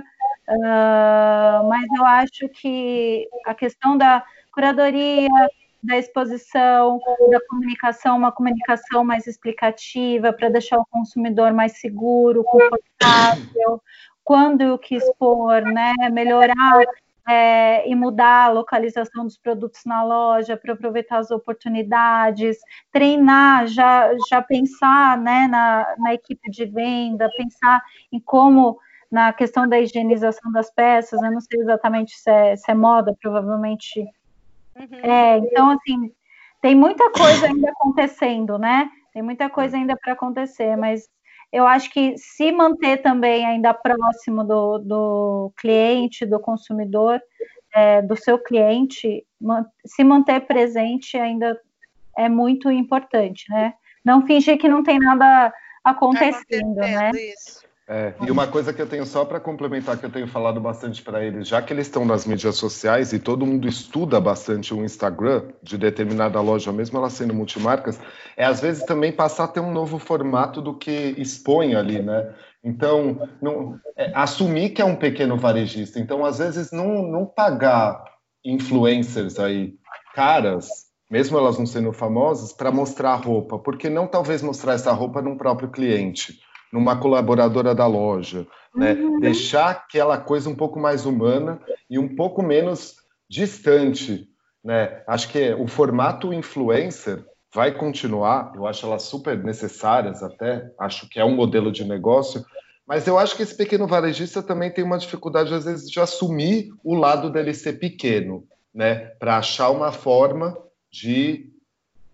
B: uh, mas eu acho que a questão da curadoria, da exposição, da comunicação, uma comunicação mais explicativa para deixar o consumidor mais seguro, confortável, quando e o que expor, né? Melhorar É, e mudar a localização dos produtos na loja para aproveitar as oportunidades, treinar, já, já pensar, né, na, na equipe de venda, pensar em como, na questão da higienização das peças, eu não sei exatamente se é, se é moda, provavelmente. Uhum. É, então, assim, tem muita coisa ainda acontecendo, né? Tem muita coisa ainda para acontecer, mas eu acho que se manter também ainda próximo do, do cliente, do consumidor, é, do seu cliente, se manter presente ainda é muito importante, né? Não fingir que não tem nada acontecendo, né?
A: Isso.
D: É, e uma coisa que eu tenho só para complementar, que eu tenho falado bastante para eles, já que eles estão nas mídias sociais e todo mundo estuda bastante o Instagram de determinada loja, mesmo ela sendo multimarcas, é às vezes também passar a ter um novo formato do que expõe ali, né? Então, não, é, assumir que é um pequeno varejista. Então, às vezes, não, não pagar influencers aí caras, mesmo elas não sendo famosas, para mostrar a roupa. Por que não talvez mostrar essa roupa num próprio cliente? Numa colaboradora da loja, né? Uhum. Deixar aquela coisa um pouco mais humana e um pouco menos distante, né? Acho que o formato influencer vai continuar, eu acho elas super necessárias até, acho que é um modelo de negócio, mas eu acho que esse pequeno varejista também tem uma dificuldade, às vezes, de assumir o lado dele ser pequeno, né? Para achar uma forma de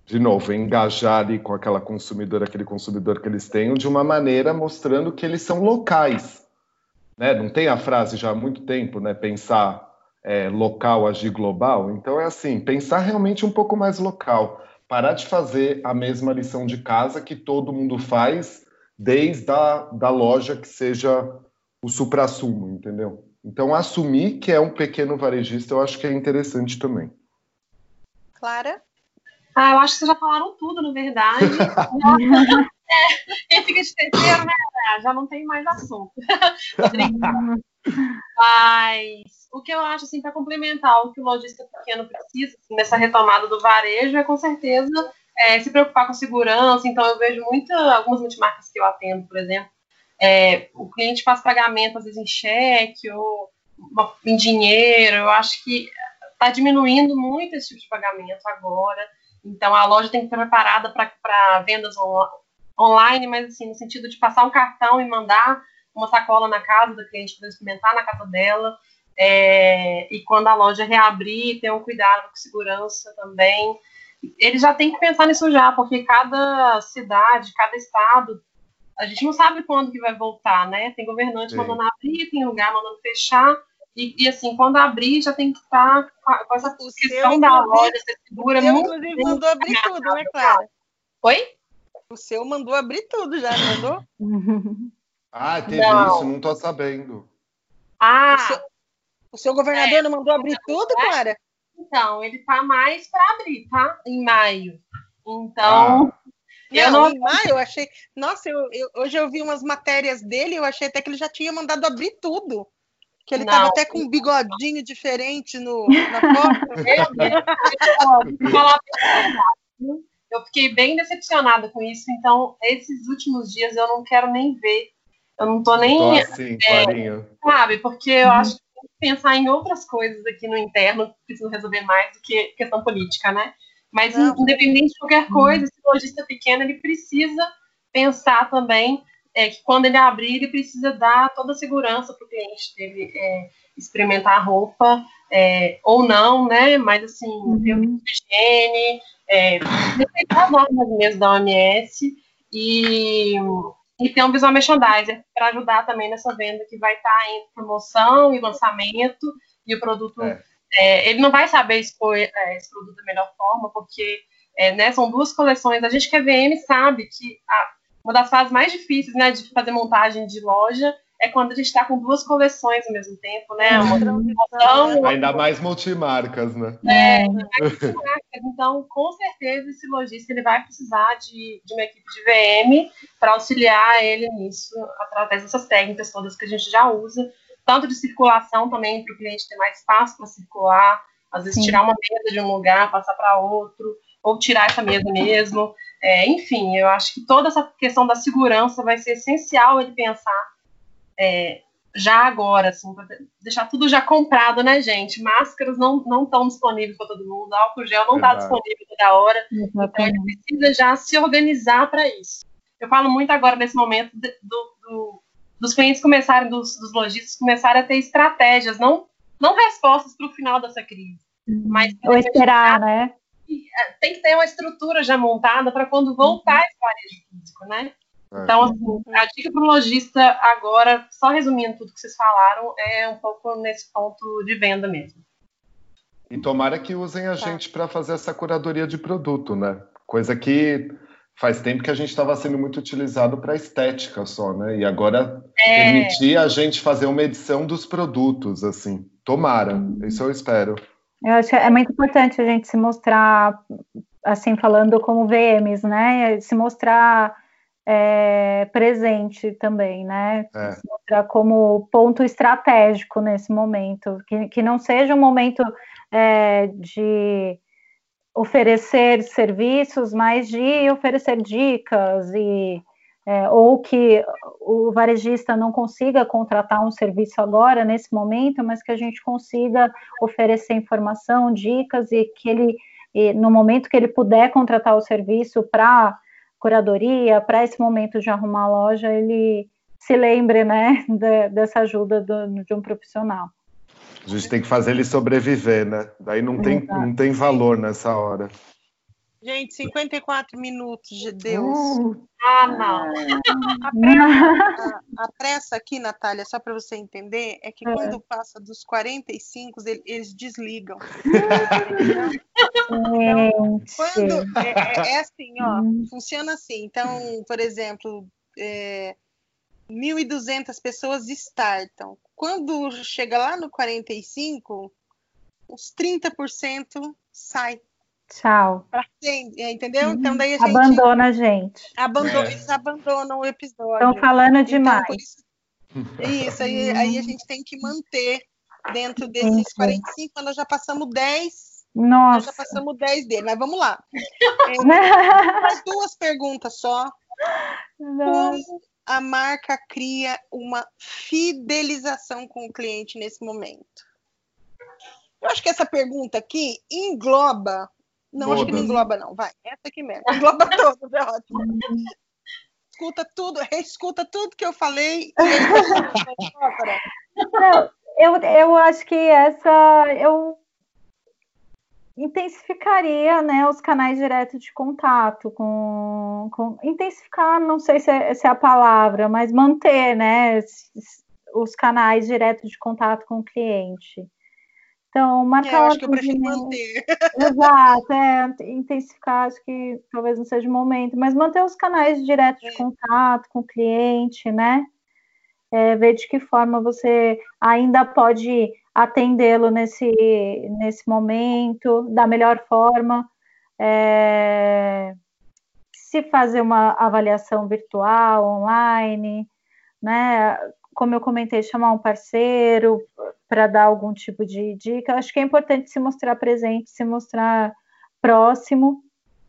D: de novo, engajar ali com aquela consumidora, aquele consumidor que eles têm, de uma maneira mostrando que eles são locais. Né? Não tem a frase já há muito tempo, né? Pensar é, local, agir global. Então é assim, pensar realmente um pouco mais local. Parar de fazer a mesma lição de casa que todo mundo faz, desde a da loja que seja o suprassumo, entendeu? Então assumir que é um pequeno varejista, eu acho que é interessante também.
A: Clara?
C: Ah, eu acho que vocês já falaram tudo, na verdade. É, quem fica de terceiro, né? Já não tem mais assunto. Vou brincar. Mas o que eu acho, assim, para complementar o que o lojista pequeno precisa, assim, nessa retomada do varejo, é com certeza é, se preocupar com segurança. Então, eu vejo muito, algumas multimarcas que eu atendo, por exemplo, é, o cliente faz pagamento, às vezes, em cheque ou uma, em dinheiro. Eu acho que está diminuindo muito esse tipo de pagamento agora. Então, a loja tem que estar preparada para vendas on online, mas assim, no sentido de passar um cartão e mandar uma sacola na casa do cliente para experimentar na casa dela. É, e quando a loja reabrir, ter um cuidado com segurança também. Eles já têm que pensar nisso já, porque cada cidade, cada estado, a gente não sabe quando que vai voltar, né? Tem governante Sim. mandando abrir, tem lugar mandando fechar. E, e, assim, quando abrir, já tem que estar com essa
A: o
C: questão
A: seu,
C: da loja ser segura.
A: O seu,
C: muito
A: inclusive, mandou abrir tudo, né, Clara?
C: Oi?
A: O seu mandou abrir tudo já, mandou?
D: Ah, teve
C: não.
D: isso? Não tô sabendo.
C: Ah!
A: O seu, o seu governador é, não mandou abrir tudo, Clara?
C: Então, ele tá mais para abrir, tá? Em maio. Então...
D: Ah.
C: Eu
A: não,
C: não,
A: em maio eu achei... Nossa, eu, eu, hoje eu vi umas matérias dele e eu achei até que ele já tinha mandado abrir tudo. Que ele estava até com um bigodinho diferente no, na foto.
C: Eu fiquei bem decepcionada com isso. Então, esses últimos dias eu não quero nem ver. Eu não tô nem...
D: Tô assim, Clarinha.
C: É, sabe, porque eu uhum. acho que tem que pensar em outras coisas aqui no interno que precisam resolver mais do que questão política, né? Mas, não, independente de qualquer coisa, esse lojista pequeno, ele precisa pensar também é, que quando ele abrir, ele precisa dar toda a segurança para o cliente dele é, experimentar a roupa, é, ou não, né? Mas, assim, uhum. ter o de higiene, é, respeitar as normas mesmo da O M S e, e ter um visual merchandiser para ajudar também nessa venda que vai estar em promoção e lançamento e o produto... É. É, ele não vai saber expor é, esse produto da melhor forma, porque é, né, são duas coleções. A gente que é V M sabe que a, uma das fases mais difíceis, né, de fazer montagem de loja é quando a gente está com duas coleções ao mesmo tempo, né? Uma
D: transição, ainda mais multimarcas, né?
C: É, ainda mais multimarcas. Então, com certeza, esse lojista ele vai precisar de, de uma equipe de V M para auxiliar ele nisso, através dessas técnicas todas que a gente já usa. Tanto de circulação também, para o cliente ter mais espaço para circular, às vezes Sim. tirar uma mesa de um lugar, passar para outro, ou tirar essa mesa mesmo. É, enfim, eu acho que toda essa questão da segurança vai ser essencial ele pensar é, já agora, assim, para deixar tudo já comprado, né, gente? Máscaras não não estão disponíveis para todo mundo, álcool gel não está disponível toda hora, Exatamente. Então ele precisa já se organizar para isso. Eu falo muito agora nesse momento de, do, do dos clientes começarem, dos, dos lojistas começarem a ter estratégias, não, não respostas para o final dessa crise. Mas
B: Ou esperar, né?
C: Tem que ter uma estrutura já montada para quando voltar esse varejo físico, né? É. Então, assim, a dica para o lojista agora, só resumindo tudo que vocês falaram, é um pouco nesse ponto de venda mesmo.
D: E tomara que usem a tá. gente para fazer essa curadoria de produto, né? Coisa que... faz tempo que a gente estava sendo muito utilizado para estética só, né? E agora é. permitir a gente fazer uma edição dos produtos, assim. Tomara, hum. isso eu espero.
B: Eu acho que é muito importante a gente se mostrar, assim, falando como V Ms, né? Se mostrar é, presente também, né? É. Se mostrar como ponto estratégico nesse momento. Que, que não seja um momento é, de... oferecer serviços, mas de oferecer dicas e é, ou que o varejista não consiga contratar um serviço agora, nesse momento, mas que a gente consiga oferecer informação, dicas e que ele, e no momento que ele puder contratar o serviço para curadoria, para esse momento de arrumar a loja, ele se lembre, né, de, dessa ajuda do, de um profissional.
D: A gente tem que fazer ele sobreviver, né? Daí não tem, não tem valor nessa hora.
A: Gente, cinquenta e quatro minutos de Deus.
D: Uh,
C: Ah, não.
A: A pressa, a, a pressa aqui, Natália, só para você entender, é que
B: É.
A: quando passa dos quarenta e cinco, ele- eles desligam.
B: Gente.
A: Quando é, é- é assim, ó,
B: Hum.
A: funciona assim. Então, por exemplo, é, mil e duzentas pessoas startam. Quando chega lá no quarenta e cinco, uns trinta por cento sai.
B: Tchau.
A: Pra sempre, entendeu? Então daí a gente
B: Abandona a gente.
A: abandona,
D: É.
A: eles abandonam o episódio.
B: Estão falando
A: Então,
B: demais.
A: por isso, isso aí, aí a gente tem que manter dentro desses
B: Entendi.
A: quarenta e cinco, nós já passamos dez, nós já
B: Nossa.
A: passamos dez dele, mas vamos lá. É, mais duas perguntas só.
B: Nossa.
A: Como a marca cria uma fidelização com o cliente nesse momento? Eu acho que essa pergunta aqui engloba. Não, acho que não
D: Todas.
A: engloba, não. Vai, essa aqui mesmo. Engloba todas, é ótimo. Escuta tudo, reescuta tudo que eu falei. E aí, Bárbara,
B: Não, eu, eu acho que essa eu intensificaria, né, os canais diretos de contato com, com intensificar, não sei se é, se é a palavra, mas manter, né, esses- os canais diretos de contato com o cliente. Então,
A: é,
B: marcar
A: eu
B: o
A: acho que eu prefiro
B: atendimento.
A: manter.
B: Exato, é, intensificar, acho que talvez não seja o momento, mas manter os canais diretos de
A: É.
B: contato com o cliente, né? É, ver de que forma você ainda pode atendê-lo nesse, nesse momento, da melhor forma. É, se fazer uma avaliação virtual, online, né? Como eu comentei, chamar um parceiro para dar algum tipo de dica. Acho que é importante se mostrar presente, se mostrar próximo,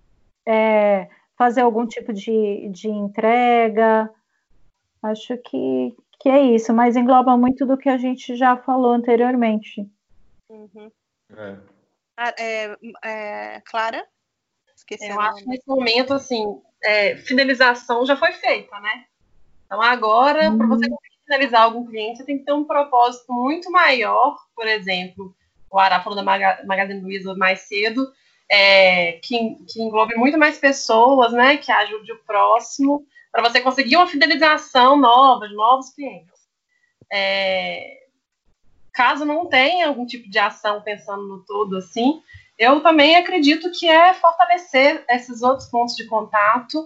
B: é, fazer algum tipo de, de entrega. Acho que, que é isso, mas engloba muito do que a gente já falou anteriormente.
A: Uhum.
D: é.
A: Ah, é, é, Clara? Esqueci
C: Eu
A: o
C: acho que
A: nome.
C: nesse momento, assim, é, fidelização já foi feita, né? Então, agora, para você conseguir fidelizar algum cliente, você tem que ter um propósito muito maior. Por exemplo, o Ará falou da Maga- Magazine Luiza mais cedo, é, que, que englobe muito mais pessoas, né? Que ajude o próximo, para você conseguir uma fidelização nova, de novos clientes. É, caso não tenha algum tipo de ação pensando no todo assim, eu também acredito que é fortalecer esses outros pontos de contato,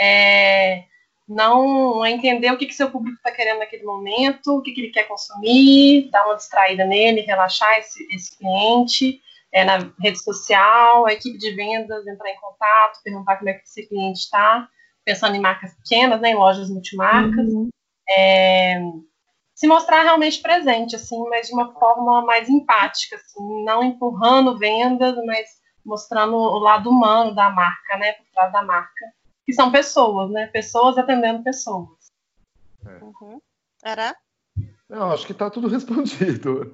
C: é, não entender o que, que seu público está querendo naquele momento, o que, que ele quer consumir, dar uma distraída nele, relaxar esse, esse cliente, é, na rede social, a equipe de vendas entrar em contato, perguntar como é que esse cliente está, pensando em marcas pequenas, né, em lojas multimarcas.
B: Uhum.
C: É, se mostrar realmente presente, assim, mas de uma forma mais empática, assim, não empurrando vendas, mas mostrando o lado humano da marca, né, por trás da marca, que são pessoas, né, pessoas atendendo pessoas.
A: Uhum. Ará?
D: Não, acho que está tudo respondido.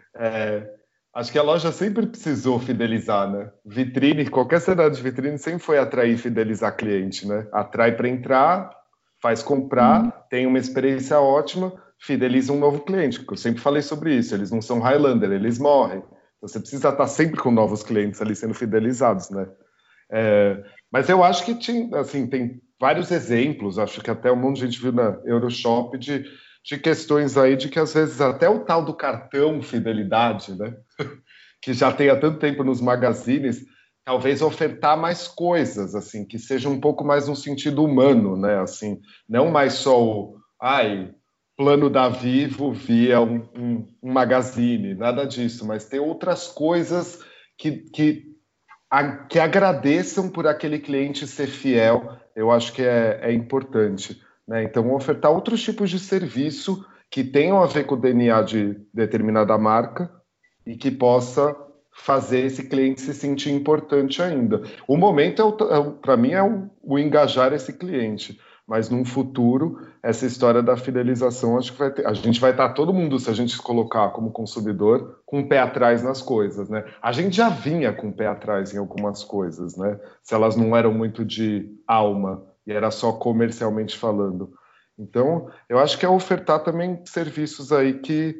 D: É, acho que a loja sempre precisou fidelizar, né? Vitrine, qualquer cenário de vitrine sempre foi atrair e fidelizar cliente, né? Atrai para entrar, faz comprar, tem uma experiência ótima, fideliza um novo cliente. Eu sempre falei sobre isso. Eles não são Highlander, eles morrem. Você precisa estar sempre com novos clientes ali sendo fidelizados, né? É, mas eu acho que tinha, assim, tem vários exemplos. Acho que até um monte de gente viu na Euroshop de de questões aí de que às vezes até o tal do cartão fidelidade, né, que já tem há tanto tempo nos magazines, talvez ofertar mais coisas, assim, que seja um pouco mais no sentido humano, né, assim, não mais só o, ai, plano da Vivo via um, um, um magazine, nada disso, mas ter outras coisas que, que, a, que agradeçam por aquele cliente ser fiel, eu acho que é, é importante. Né? Então, ofertar outros tipos de serviço que tenham a ver com o D N A de determinada marca e que possa fazer esse cliente se sentir importante ainda. O momento, é, é para mim, é o, o engajar esse cliente, mas num futuro, essa história da fidelização, acho que vai ter, a gente vai estar todo mundo, se a gente se colocar como consumidor, com o pé atrás nas coisas. Né? A gente já vinha com o pé atrás em algumas coisas, né? Se elas não eram muito de alma, e era só comercialmente falando. Então, eu acho que é ofertar também serviços aí que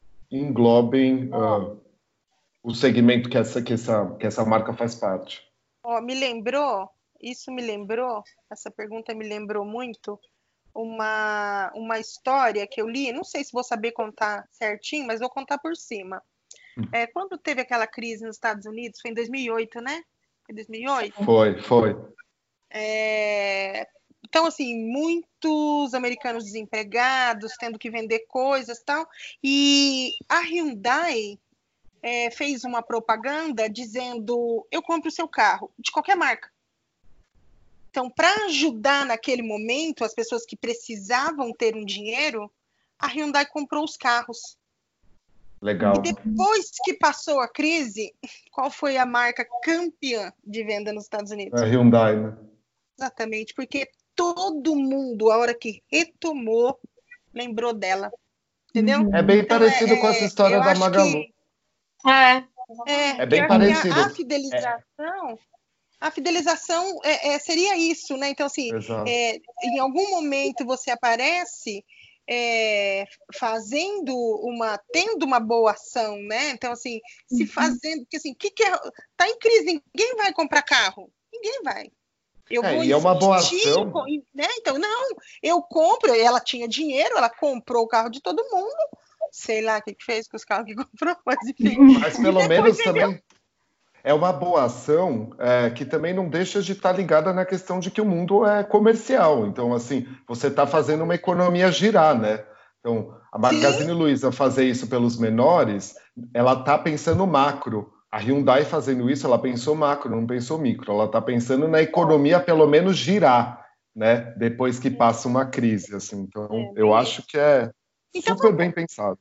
D: englobem uh, o segmento que essa, que, essa, que essa marca faz parte.
A: Ó, me lembrou, isso me lembrou, essa pergunta me lembrou muito uma, uma história que eu li, não sei se vou saber contar certinho, mas vou contar por cima. É, quando teve aquela crise nos Estados Unidos, foi em dois mil e oito, né? Foi dois mil e oito?
D: Foi, foi.
A: É, então, assim, muitos americanos desempregados, tendo que vender coisas e tal, e a Hyundai é, fez uma propaganda dizendo, eu compro o seu carro, de qualquer marca. Então, para ajudar naquele momento as pessoas que precisavam ter um dinheiro, a Hyundai comprou os carros.
D: Legal.
A: E depois que passou a crise, qual foi a marca campeã de venda nos Estados Unidos?
D: A Hyundai, né?
A: Exatamente, porque todo mundo, a hora que retomou, lembrou dela. Entendeu?
D: É bem
A: Então,
D: parecido
A: é,
D: com essa história
A: eu
D: da
A: acho
D: Magalu.
A: que-
C: É,
A: É,
D: É bem
A: eu acho que
D: parecido.
A: A, a fidelização, a fidelização é, é, seria isso, né? Então, assim,
D: Exato.
A: é, em algum momento você aparece é, fazendo uma, tendo uma boa ação, né? Então, assim, se fazendo, porque assim, que que é, tá em crise, ninguém vai comprar carro, ninguém vai. Eu
D: É,
A: vou
D: e é uma boa
A: insistir,
D: ação.
A: com- né? Então, não, eu compro, ela tinha dinheiro, ela comprou o carro de todo mundo, sei lá o que que fez com os carros que comprou, mas enfim.
D: Mas pelo
A: E depois
D: menos
A: vendeu.
D: também é uma boa ação é, que também não deixa de estar ligada na questão de que o mundo é comercial. Então, assim, você está fazendo uma economia girar, né? Então, a Magazine Luiza fazer isso pelos menores, ela está pensando macro. A Hyundai fazendo isso, ela pensou macro, não pensou micro. Ela está pensando na economia pelo menos girar, né? Depois que passa uma crise, assim. Então,
A: É,
D: eu
A: bem
D: acho que é
A: Então,
D: super bem pensado.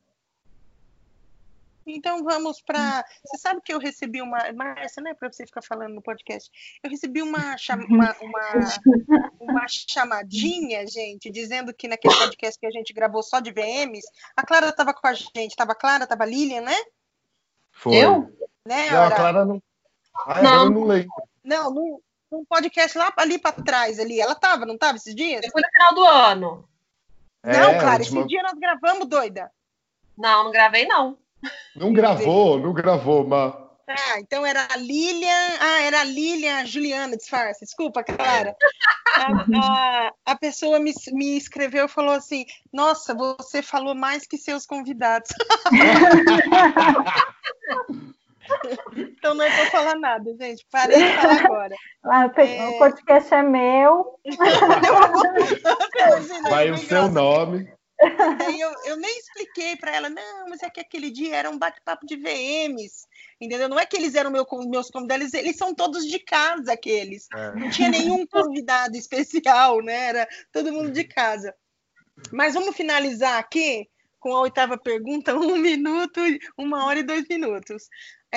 A: Então vamos para. Você sabe que eu recebi uma. Márcia, não é para você ficar falando no podcast. Eu recebi uma, cham... uma, uma, uma chamadinha, gente, dizendo que naquele podcast que a gente gravou só de V Ms, a Clara estava com a gente. Estava Clara, estava Lilian, né?
D: Foi.
C: Eu?
A: né
D: Não, a
A: Ora?
D: Clara não. Ah,
C: Não.
D: agora eu não lembro.
A: Não, num, num podcast lá ali para trás, ali. Ela estava, não estava esses dias?
C: Eu fui no final do ano.
A: Não,
D: É,
A: Clara,
D: última-
A: esse dia nós gravamos, doida.
C: Não, não gravei, não.
D: Não gravou, não gravou, mas.
A: Ah, então era a Lilian. Ah, era a Lilian, a Juliana, disfarce. Desculpa, Clara. A, a, a pessoa me, me escreveu e falou assim: Nossa, você falou mais que seus convidados. Então não é pra eu falar nada, gente. Parei de falar agora.
B: Ah, o pe-
A: É.
B: O podcast é meu.
A: Imagina,
D: Vai
A: que
D: o
A: foi
D: seu
A: engraçado.
D: nome.
A: Daí eu, eu nem expliquei para ela, não, mas é que aquele dia era um bate-papo de V Ms, entendeu? Não é que eles eram meu, meus convidados, eles, eles são todos de casa, aqueles.
D: É.
A: Não tinha nenhum convidado especial, né? Era todo mundo de casa. Mas vamos finalizar aqui com a oitava pergunta, um minuto, uma hora e dois minutos.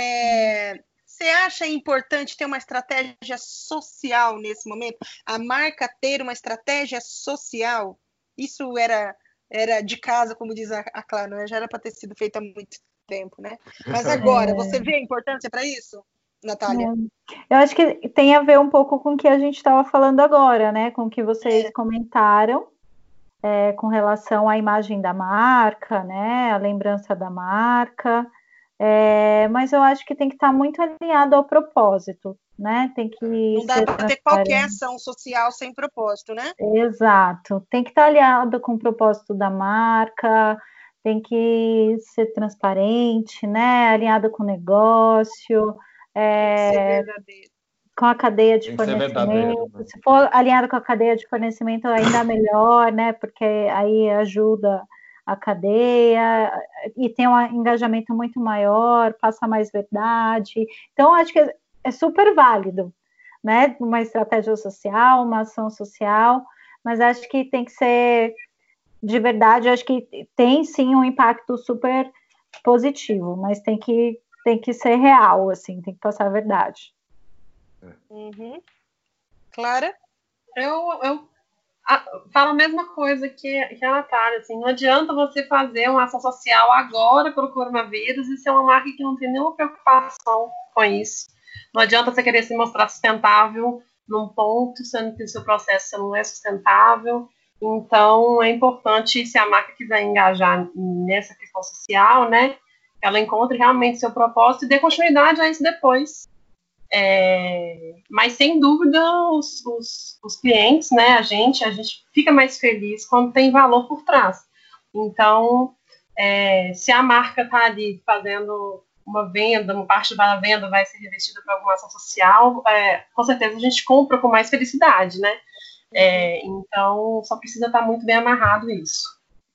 A: É, você acha importante ter uma estratégia social nesse momento? A marca ter uma estratégia social? Isso era, era de casa, como diz a, a Clara, né? Já era para ter sido feito há muito tempo, né? Mas agora, você vê a importância para isso, Natália?
B: Eu acho que tem a ver um pouco com o que a gente estava falando agora, né? Com o que vocês
A: É.
B: comentaram, é, com relação à imagem da marca, né? A lembrança da marca. É, mas eu acho que tem que estar muito alinhado ao propósito, né? Tem que
A: Não dá
B: ser
A: para ter
B: transparente.
A: qualquer ação social sem propósito, né?
B: Exato, tem que estar alinhado com o propósito da marca, tem que ser transparente, né? Alinhado com o negócio, é,
A: Ser verdadeiro.
B: com a cadeia de
D: Tem que ser verdadeiro,
B: fornecimento.
D: né?
B: Se for alinhado com a cadeia de fornecimento, ainda melhor, né? Porque aí ajuda a cadeia e tem um engajamento muito maior, passa mais verdade. Então, acho que é, é super válido, né? Uma estratégia social, uma ação social, mas acho que tem que ser de verdade. Acho que tem sim um impacto super positivo, mas tem que, tem que ser real, assim, tem que passar a verdade.
A: Uhum. Clara?
C: Eu, eu a, falo a mesma coisa que, que a Natália, assim, não adianta você fazer uma ação social agora pelo coronavírus e ser uma marca que não tem nenhuma preocupação com isso. Não adianta você querer se mostrar sustentável num ponto, sendo que o seu processo não é sustentável. Então, é importante, se a marca quiser engajar nessa questão social, né, ela encontre realmente seu propósito e dê continuidade a isso depois. É, Mas, sem dúvida, os, os, os clientes, né, a gente, a gente fica mais feliz quando tem valor por trás. Então, é, se a marca está ali fazendo uma venda, uma parte da venda vai ser revestida para alguma ação social, é, com certeza a gente compra com mais felicidade, né? É, então, só precisa estar muito bem amarrado isso.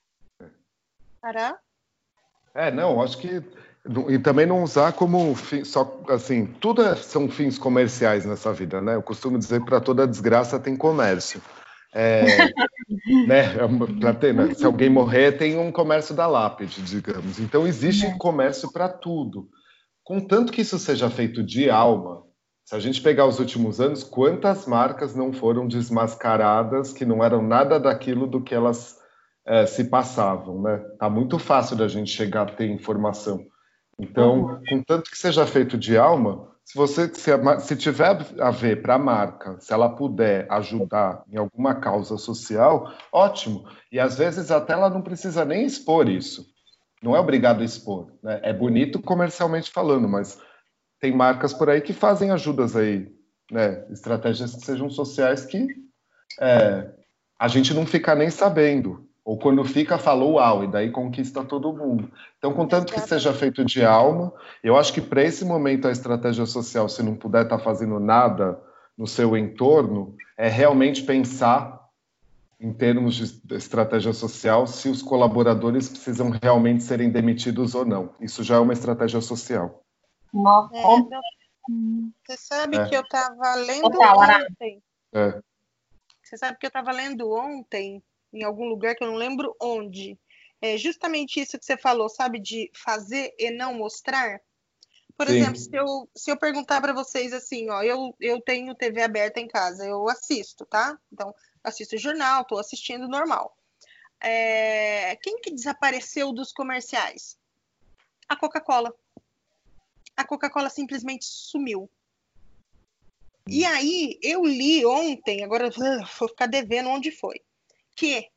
A: Pará?
D: É, não, acho que... E também não usar como fim, só assim, tudo é, são fins comerciais nessa vida, né? Eu costumo dizer que para toda desgraça tem comércio. É, né? Pra ter, né? Se alguém morrer, tem um comércio da lápide, digamos. Então existe comércio para tudo. Contanto que isso seja feito de alma, se a gente pegar os últimos anos, quantas marcas não foram desmascaradas que não eram nada daquilo do que elas é, se passavam, né? Tá muito fácil da gente chegar a ter informação. Então, contanto que seja feito de alma, se você se, se tiver a ver para a marca, se ela puder ajudar em alguma causa social, ótimo. E às vezes até ela não precisa nem expor isso. Não é obrigado a expor, né? É bonito comercialmente falando, mas tem marcas por aí que fazem ajudas aí, né? Estratégias que sejam sociais que é, a gente não fica nem sabendo. Ou quando fica, falou uau, e daí conquista todo mundo. Então, contanto que seja feito de alma, eu acho que para esse momento a estratégia social, se não puder estar fazendo nada no seu entorno, é realmente pensar em termos de estratégia social, se os colaboradores precisam realmente serem demitidos ou não. Isso já é uma estratégia social.
C: Nossa.
A: É, não, você sabe
D: É.
A: que eu estava lendo
C: Total,
A: ontem.
D: É.
A: Você sabe que eu estava lendo ontem, em algum lugar que eu não lembro onde. É justamente isso que você falou, sabe? De fazer e não mostrar. Por
D: Sim.
A: exemplo, se eu, se eu perguntar para vocês assim, ó, eu, eu tenho T V aberta em casa, eu assisto, tá? Então, assisto jornal, estou assistindo normal. É, quem que desapareceu dos comerciais? A Coca-Cola. A Coca-Cola simplesmente sumiu. E aí, eu li ontem, agora vou ficar devendo onde foi, que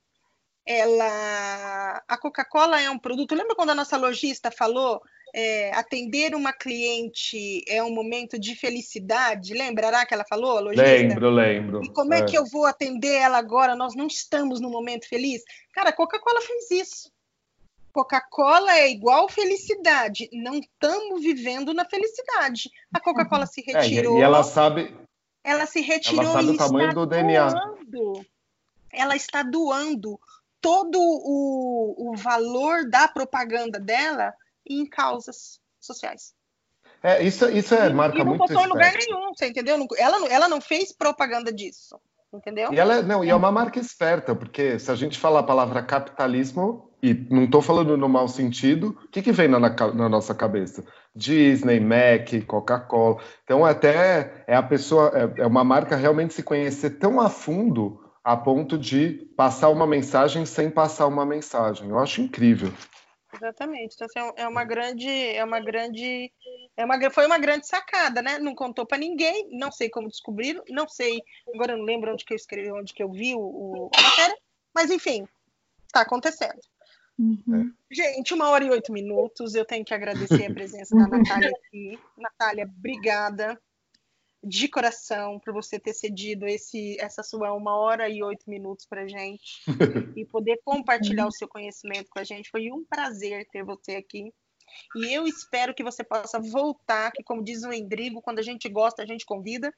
A: ela, a Coca-Cola é um produto, lembra quando a nossa lojista falou, é, atender uma cliente é um momento de felicidade, lembrará que ela falou, a lojista?
D: Lembro, lembro.
A: E como é, é que eu vou atender ela agora, nós não estamos num momento feliz? Cara, a Coca-Cola fez isso. Coca-Cola é igual felicidade. Não estamos vivendo na felicidade. A Coca-Cola se retirou.
D: É, e ela sabe.
A: Ela se retirou
D: ela sabe
A: e
D: o tamanho
A: está
D: do D N A.
A: doando. Ela está doando todo o, o valor da propaganda dela em causas sociais.
D: É, isso, isso é
A: e,
D: marca
A: e não
D: muito
A: botou em lugar
D: esperta.
A: nenhum, você entendeu? Ela, ela não fez propaganda disso. Entendeu?
D: E ela é, não, e é uma marca esperta, porque se a gente falar a palavra capitalismo, e não estou falando no mau sentido, o que, que vem na, na nossa cabeça? Disney, Mac, Coca-Cola. Então, até é a pessoa, é, é uma marca realmente se conhecer tão a fundo a ponto de passar uma mensagem sem passar uma mensagem. Eu acho incrível.
A: Exatamente. Então, assim, é uma grande, é uma grande, é uma, foi uma grande sacada, né? Não contou para ninguém, não sei como descobriram, não sei, agora eu não lembro onde que eu escrevi, onde que eu vi o, o a matéria, mas enfim, está acontecendo.
B: Uhum.
A: Gente, uma hora e oito minutos, eu tenho que agradecer a presença da Natália aqui. Natália, obrigada de coração por você ter cedido esse, essa sua uma hora e oito minutos para a gente e poder compartilhar o seu conhecimento com a gente. Foi um prazer ter você aqui. E eu espero que você possa voltar, que como diz o Endrigo, quando a gente gosta, a gente convida.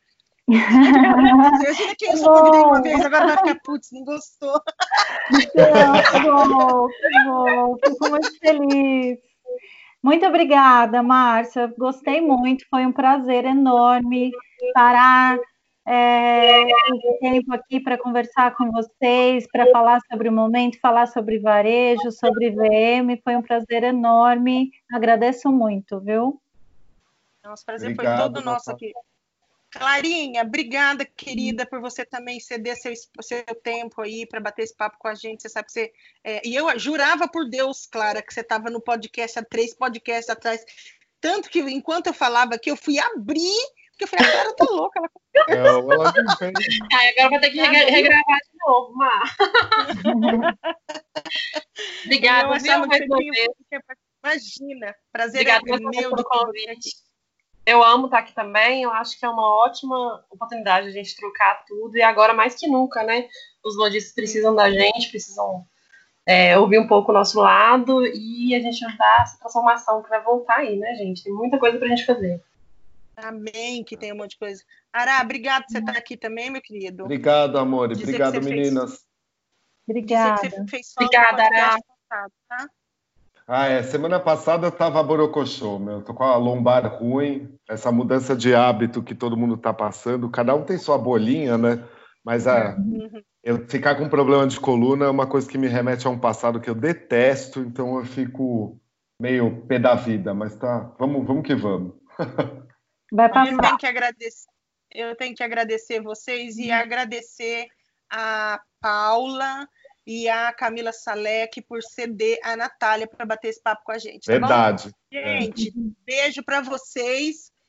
A: Imagina que eu só convidei uma vez, agora vai ficar, putz, não gostou.
B: Então, que bom, que bom, fico muito feliz. Muito obrigada, Márcia. Gostei muito, foi um prazer enorme parar é, esse tempo aqui para conversar com vocês, para falar sobre o momento, falar sobre varejo, sobre V M. Foi um prazer enorme. Agradeço muito, viu?
A: Nosso prazer
D: Obrigado,
A: foi todo nosso
D: Natália.
A: aqui. Clarinha, obrigada, querida, por você também ceder seu, seu tempo aí para bater esse papo com a gente. Você sabe que você. É, e eu jurava por Deus, Clara, que você estava no podcast há três podcasts atrás. Tanto que enquanto eu falava aqui, eu fui abrir, porque eu falei, a Clara tá louca. Ela...
D: Não, ela não fez.
C: Ai, agora vai ter que regra regravar de novo, Mar. Obrigada,
A: eu achava
C: viu,
A: que você
C: mais uma vez.
A: tinha... Imagina, prazer
C: Obrigada
A: é meu de ter você aqui.
C: Eu amo estar aqui também, eu acho que é uma ótima oportunidade a gente trocar tudo, e agora mais que nunca, né? Os lojistas precisam da gente, precisam é, ouvir um pouco o nosso lado e a gente ajudar essa transformação que vai voltar aí, né, gente? Tem muita coisa pra gente fazer.
A: Amém, que tem um monte de coisa. Ará, obrigado por você estar aqui também, meu querido.
D: Obrigado, amor.
A: Dizer
D: Obrigado,
A: que você
D: meninas.
A: Fez...
B: Obrigada.
A: Dizer que você fez falta
C: Obrigada,
A: no podcast
C: Ará.
A: passado, tá?
D: Ah, é. Semana passada eu tava borocochô, meu. Tô com a lombar ruim. Essa mudança de hábito que todo mundo tá passando. Cada um tem sua bolinha, né? Mas a,
A: Uhum.
D: eu ficar com problema de coluna é uma coisa que me remete a um passado que eu detesto. Então eu fico meio pé da vida. Mas tá, vamos, vamos que vamos.
B: Vai
A: Eu
B: passar.
A: tenho que agradecer, eu tenho que agradecer vocês e agradecer a Paula e a Camila Salek por ceder a Natália para bater esse papo com a gente, tá
D: Verdade.
A: bom? Gente, é. Beijo para vocês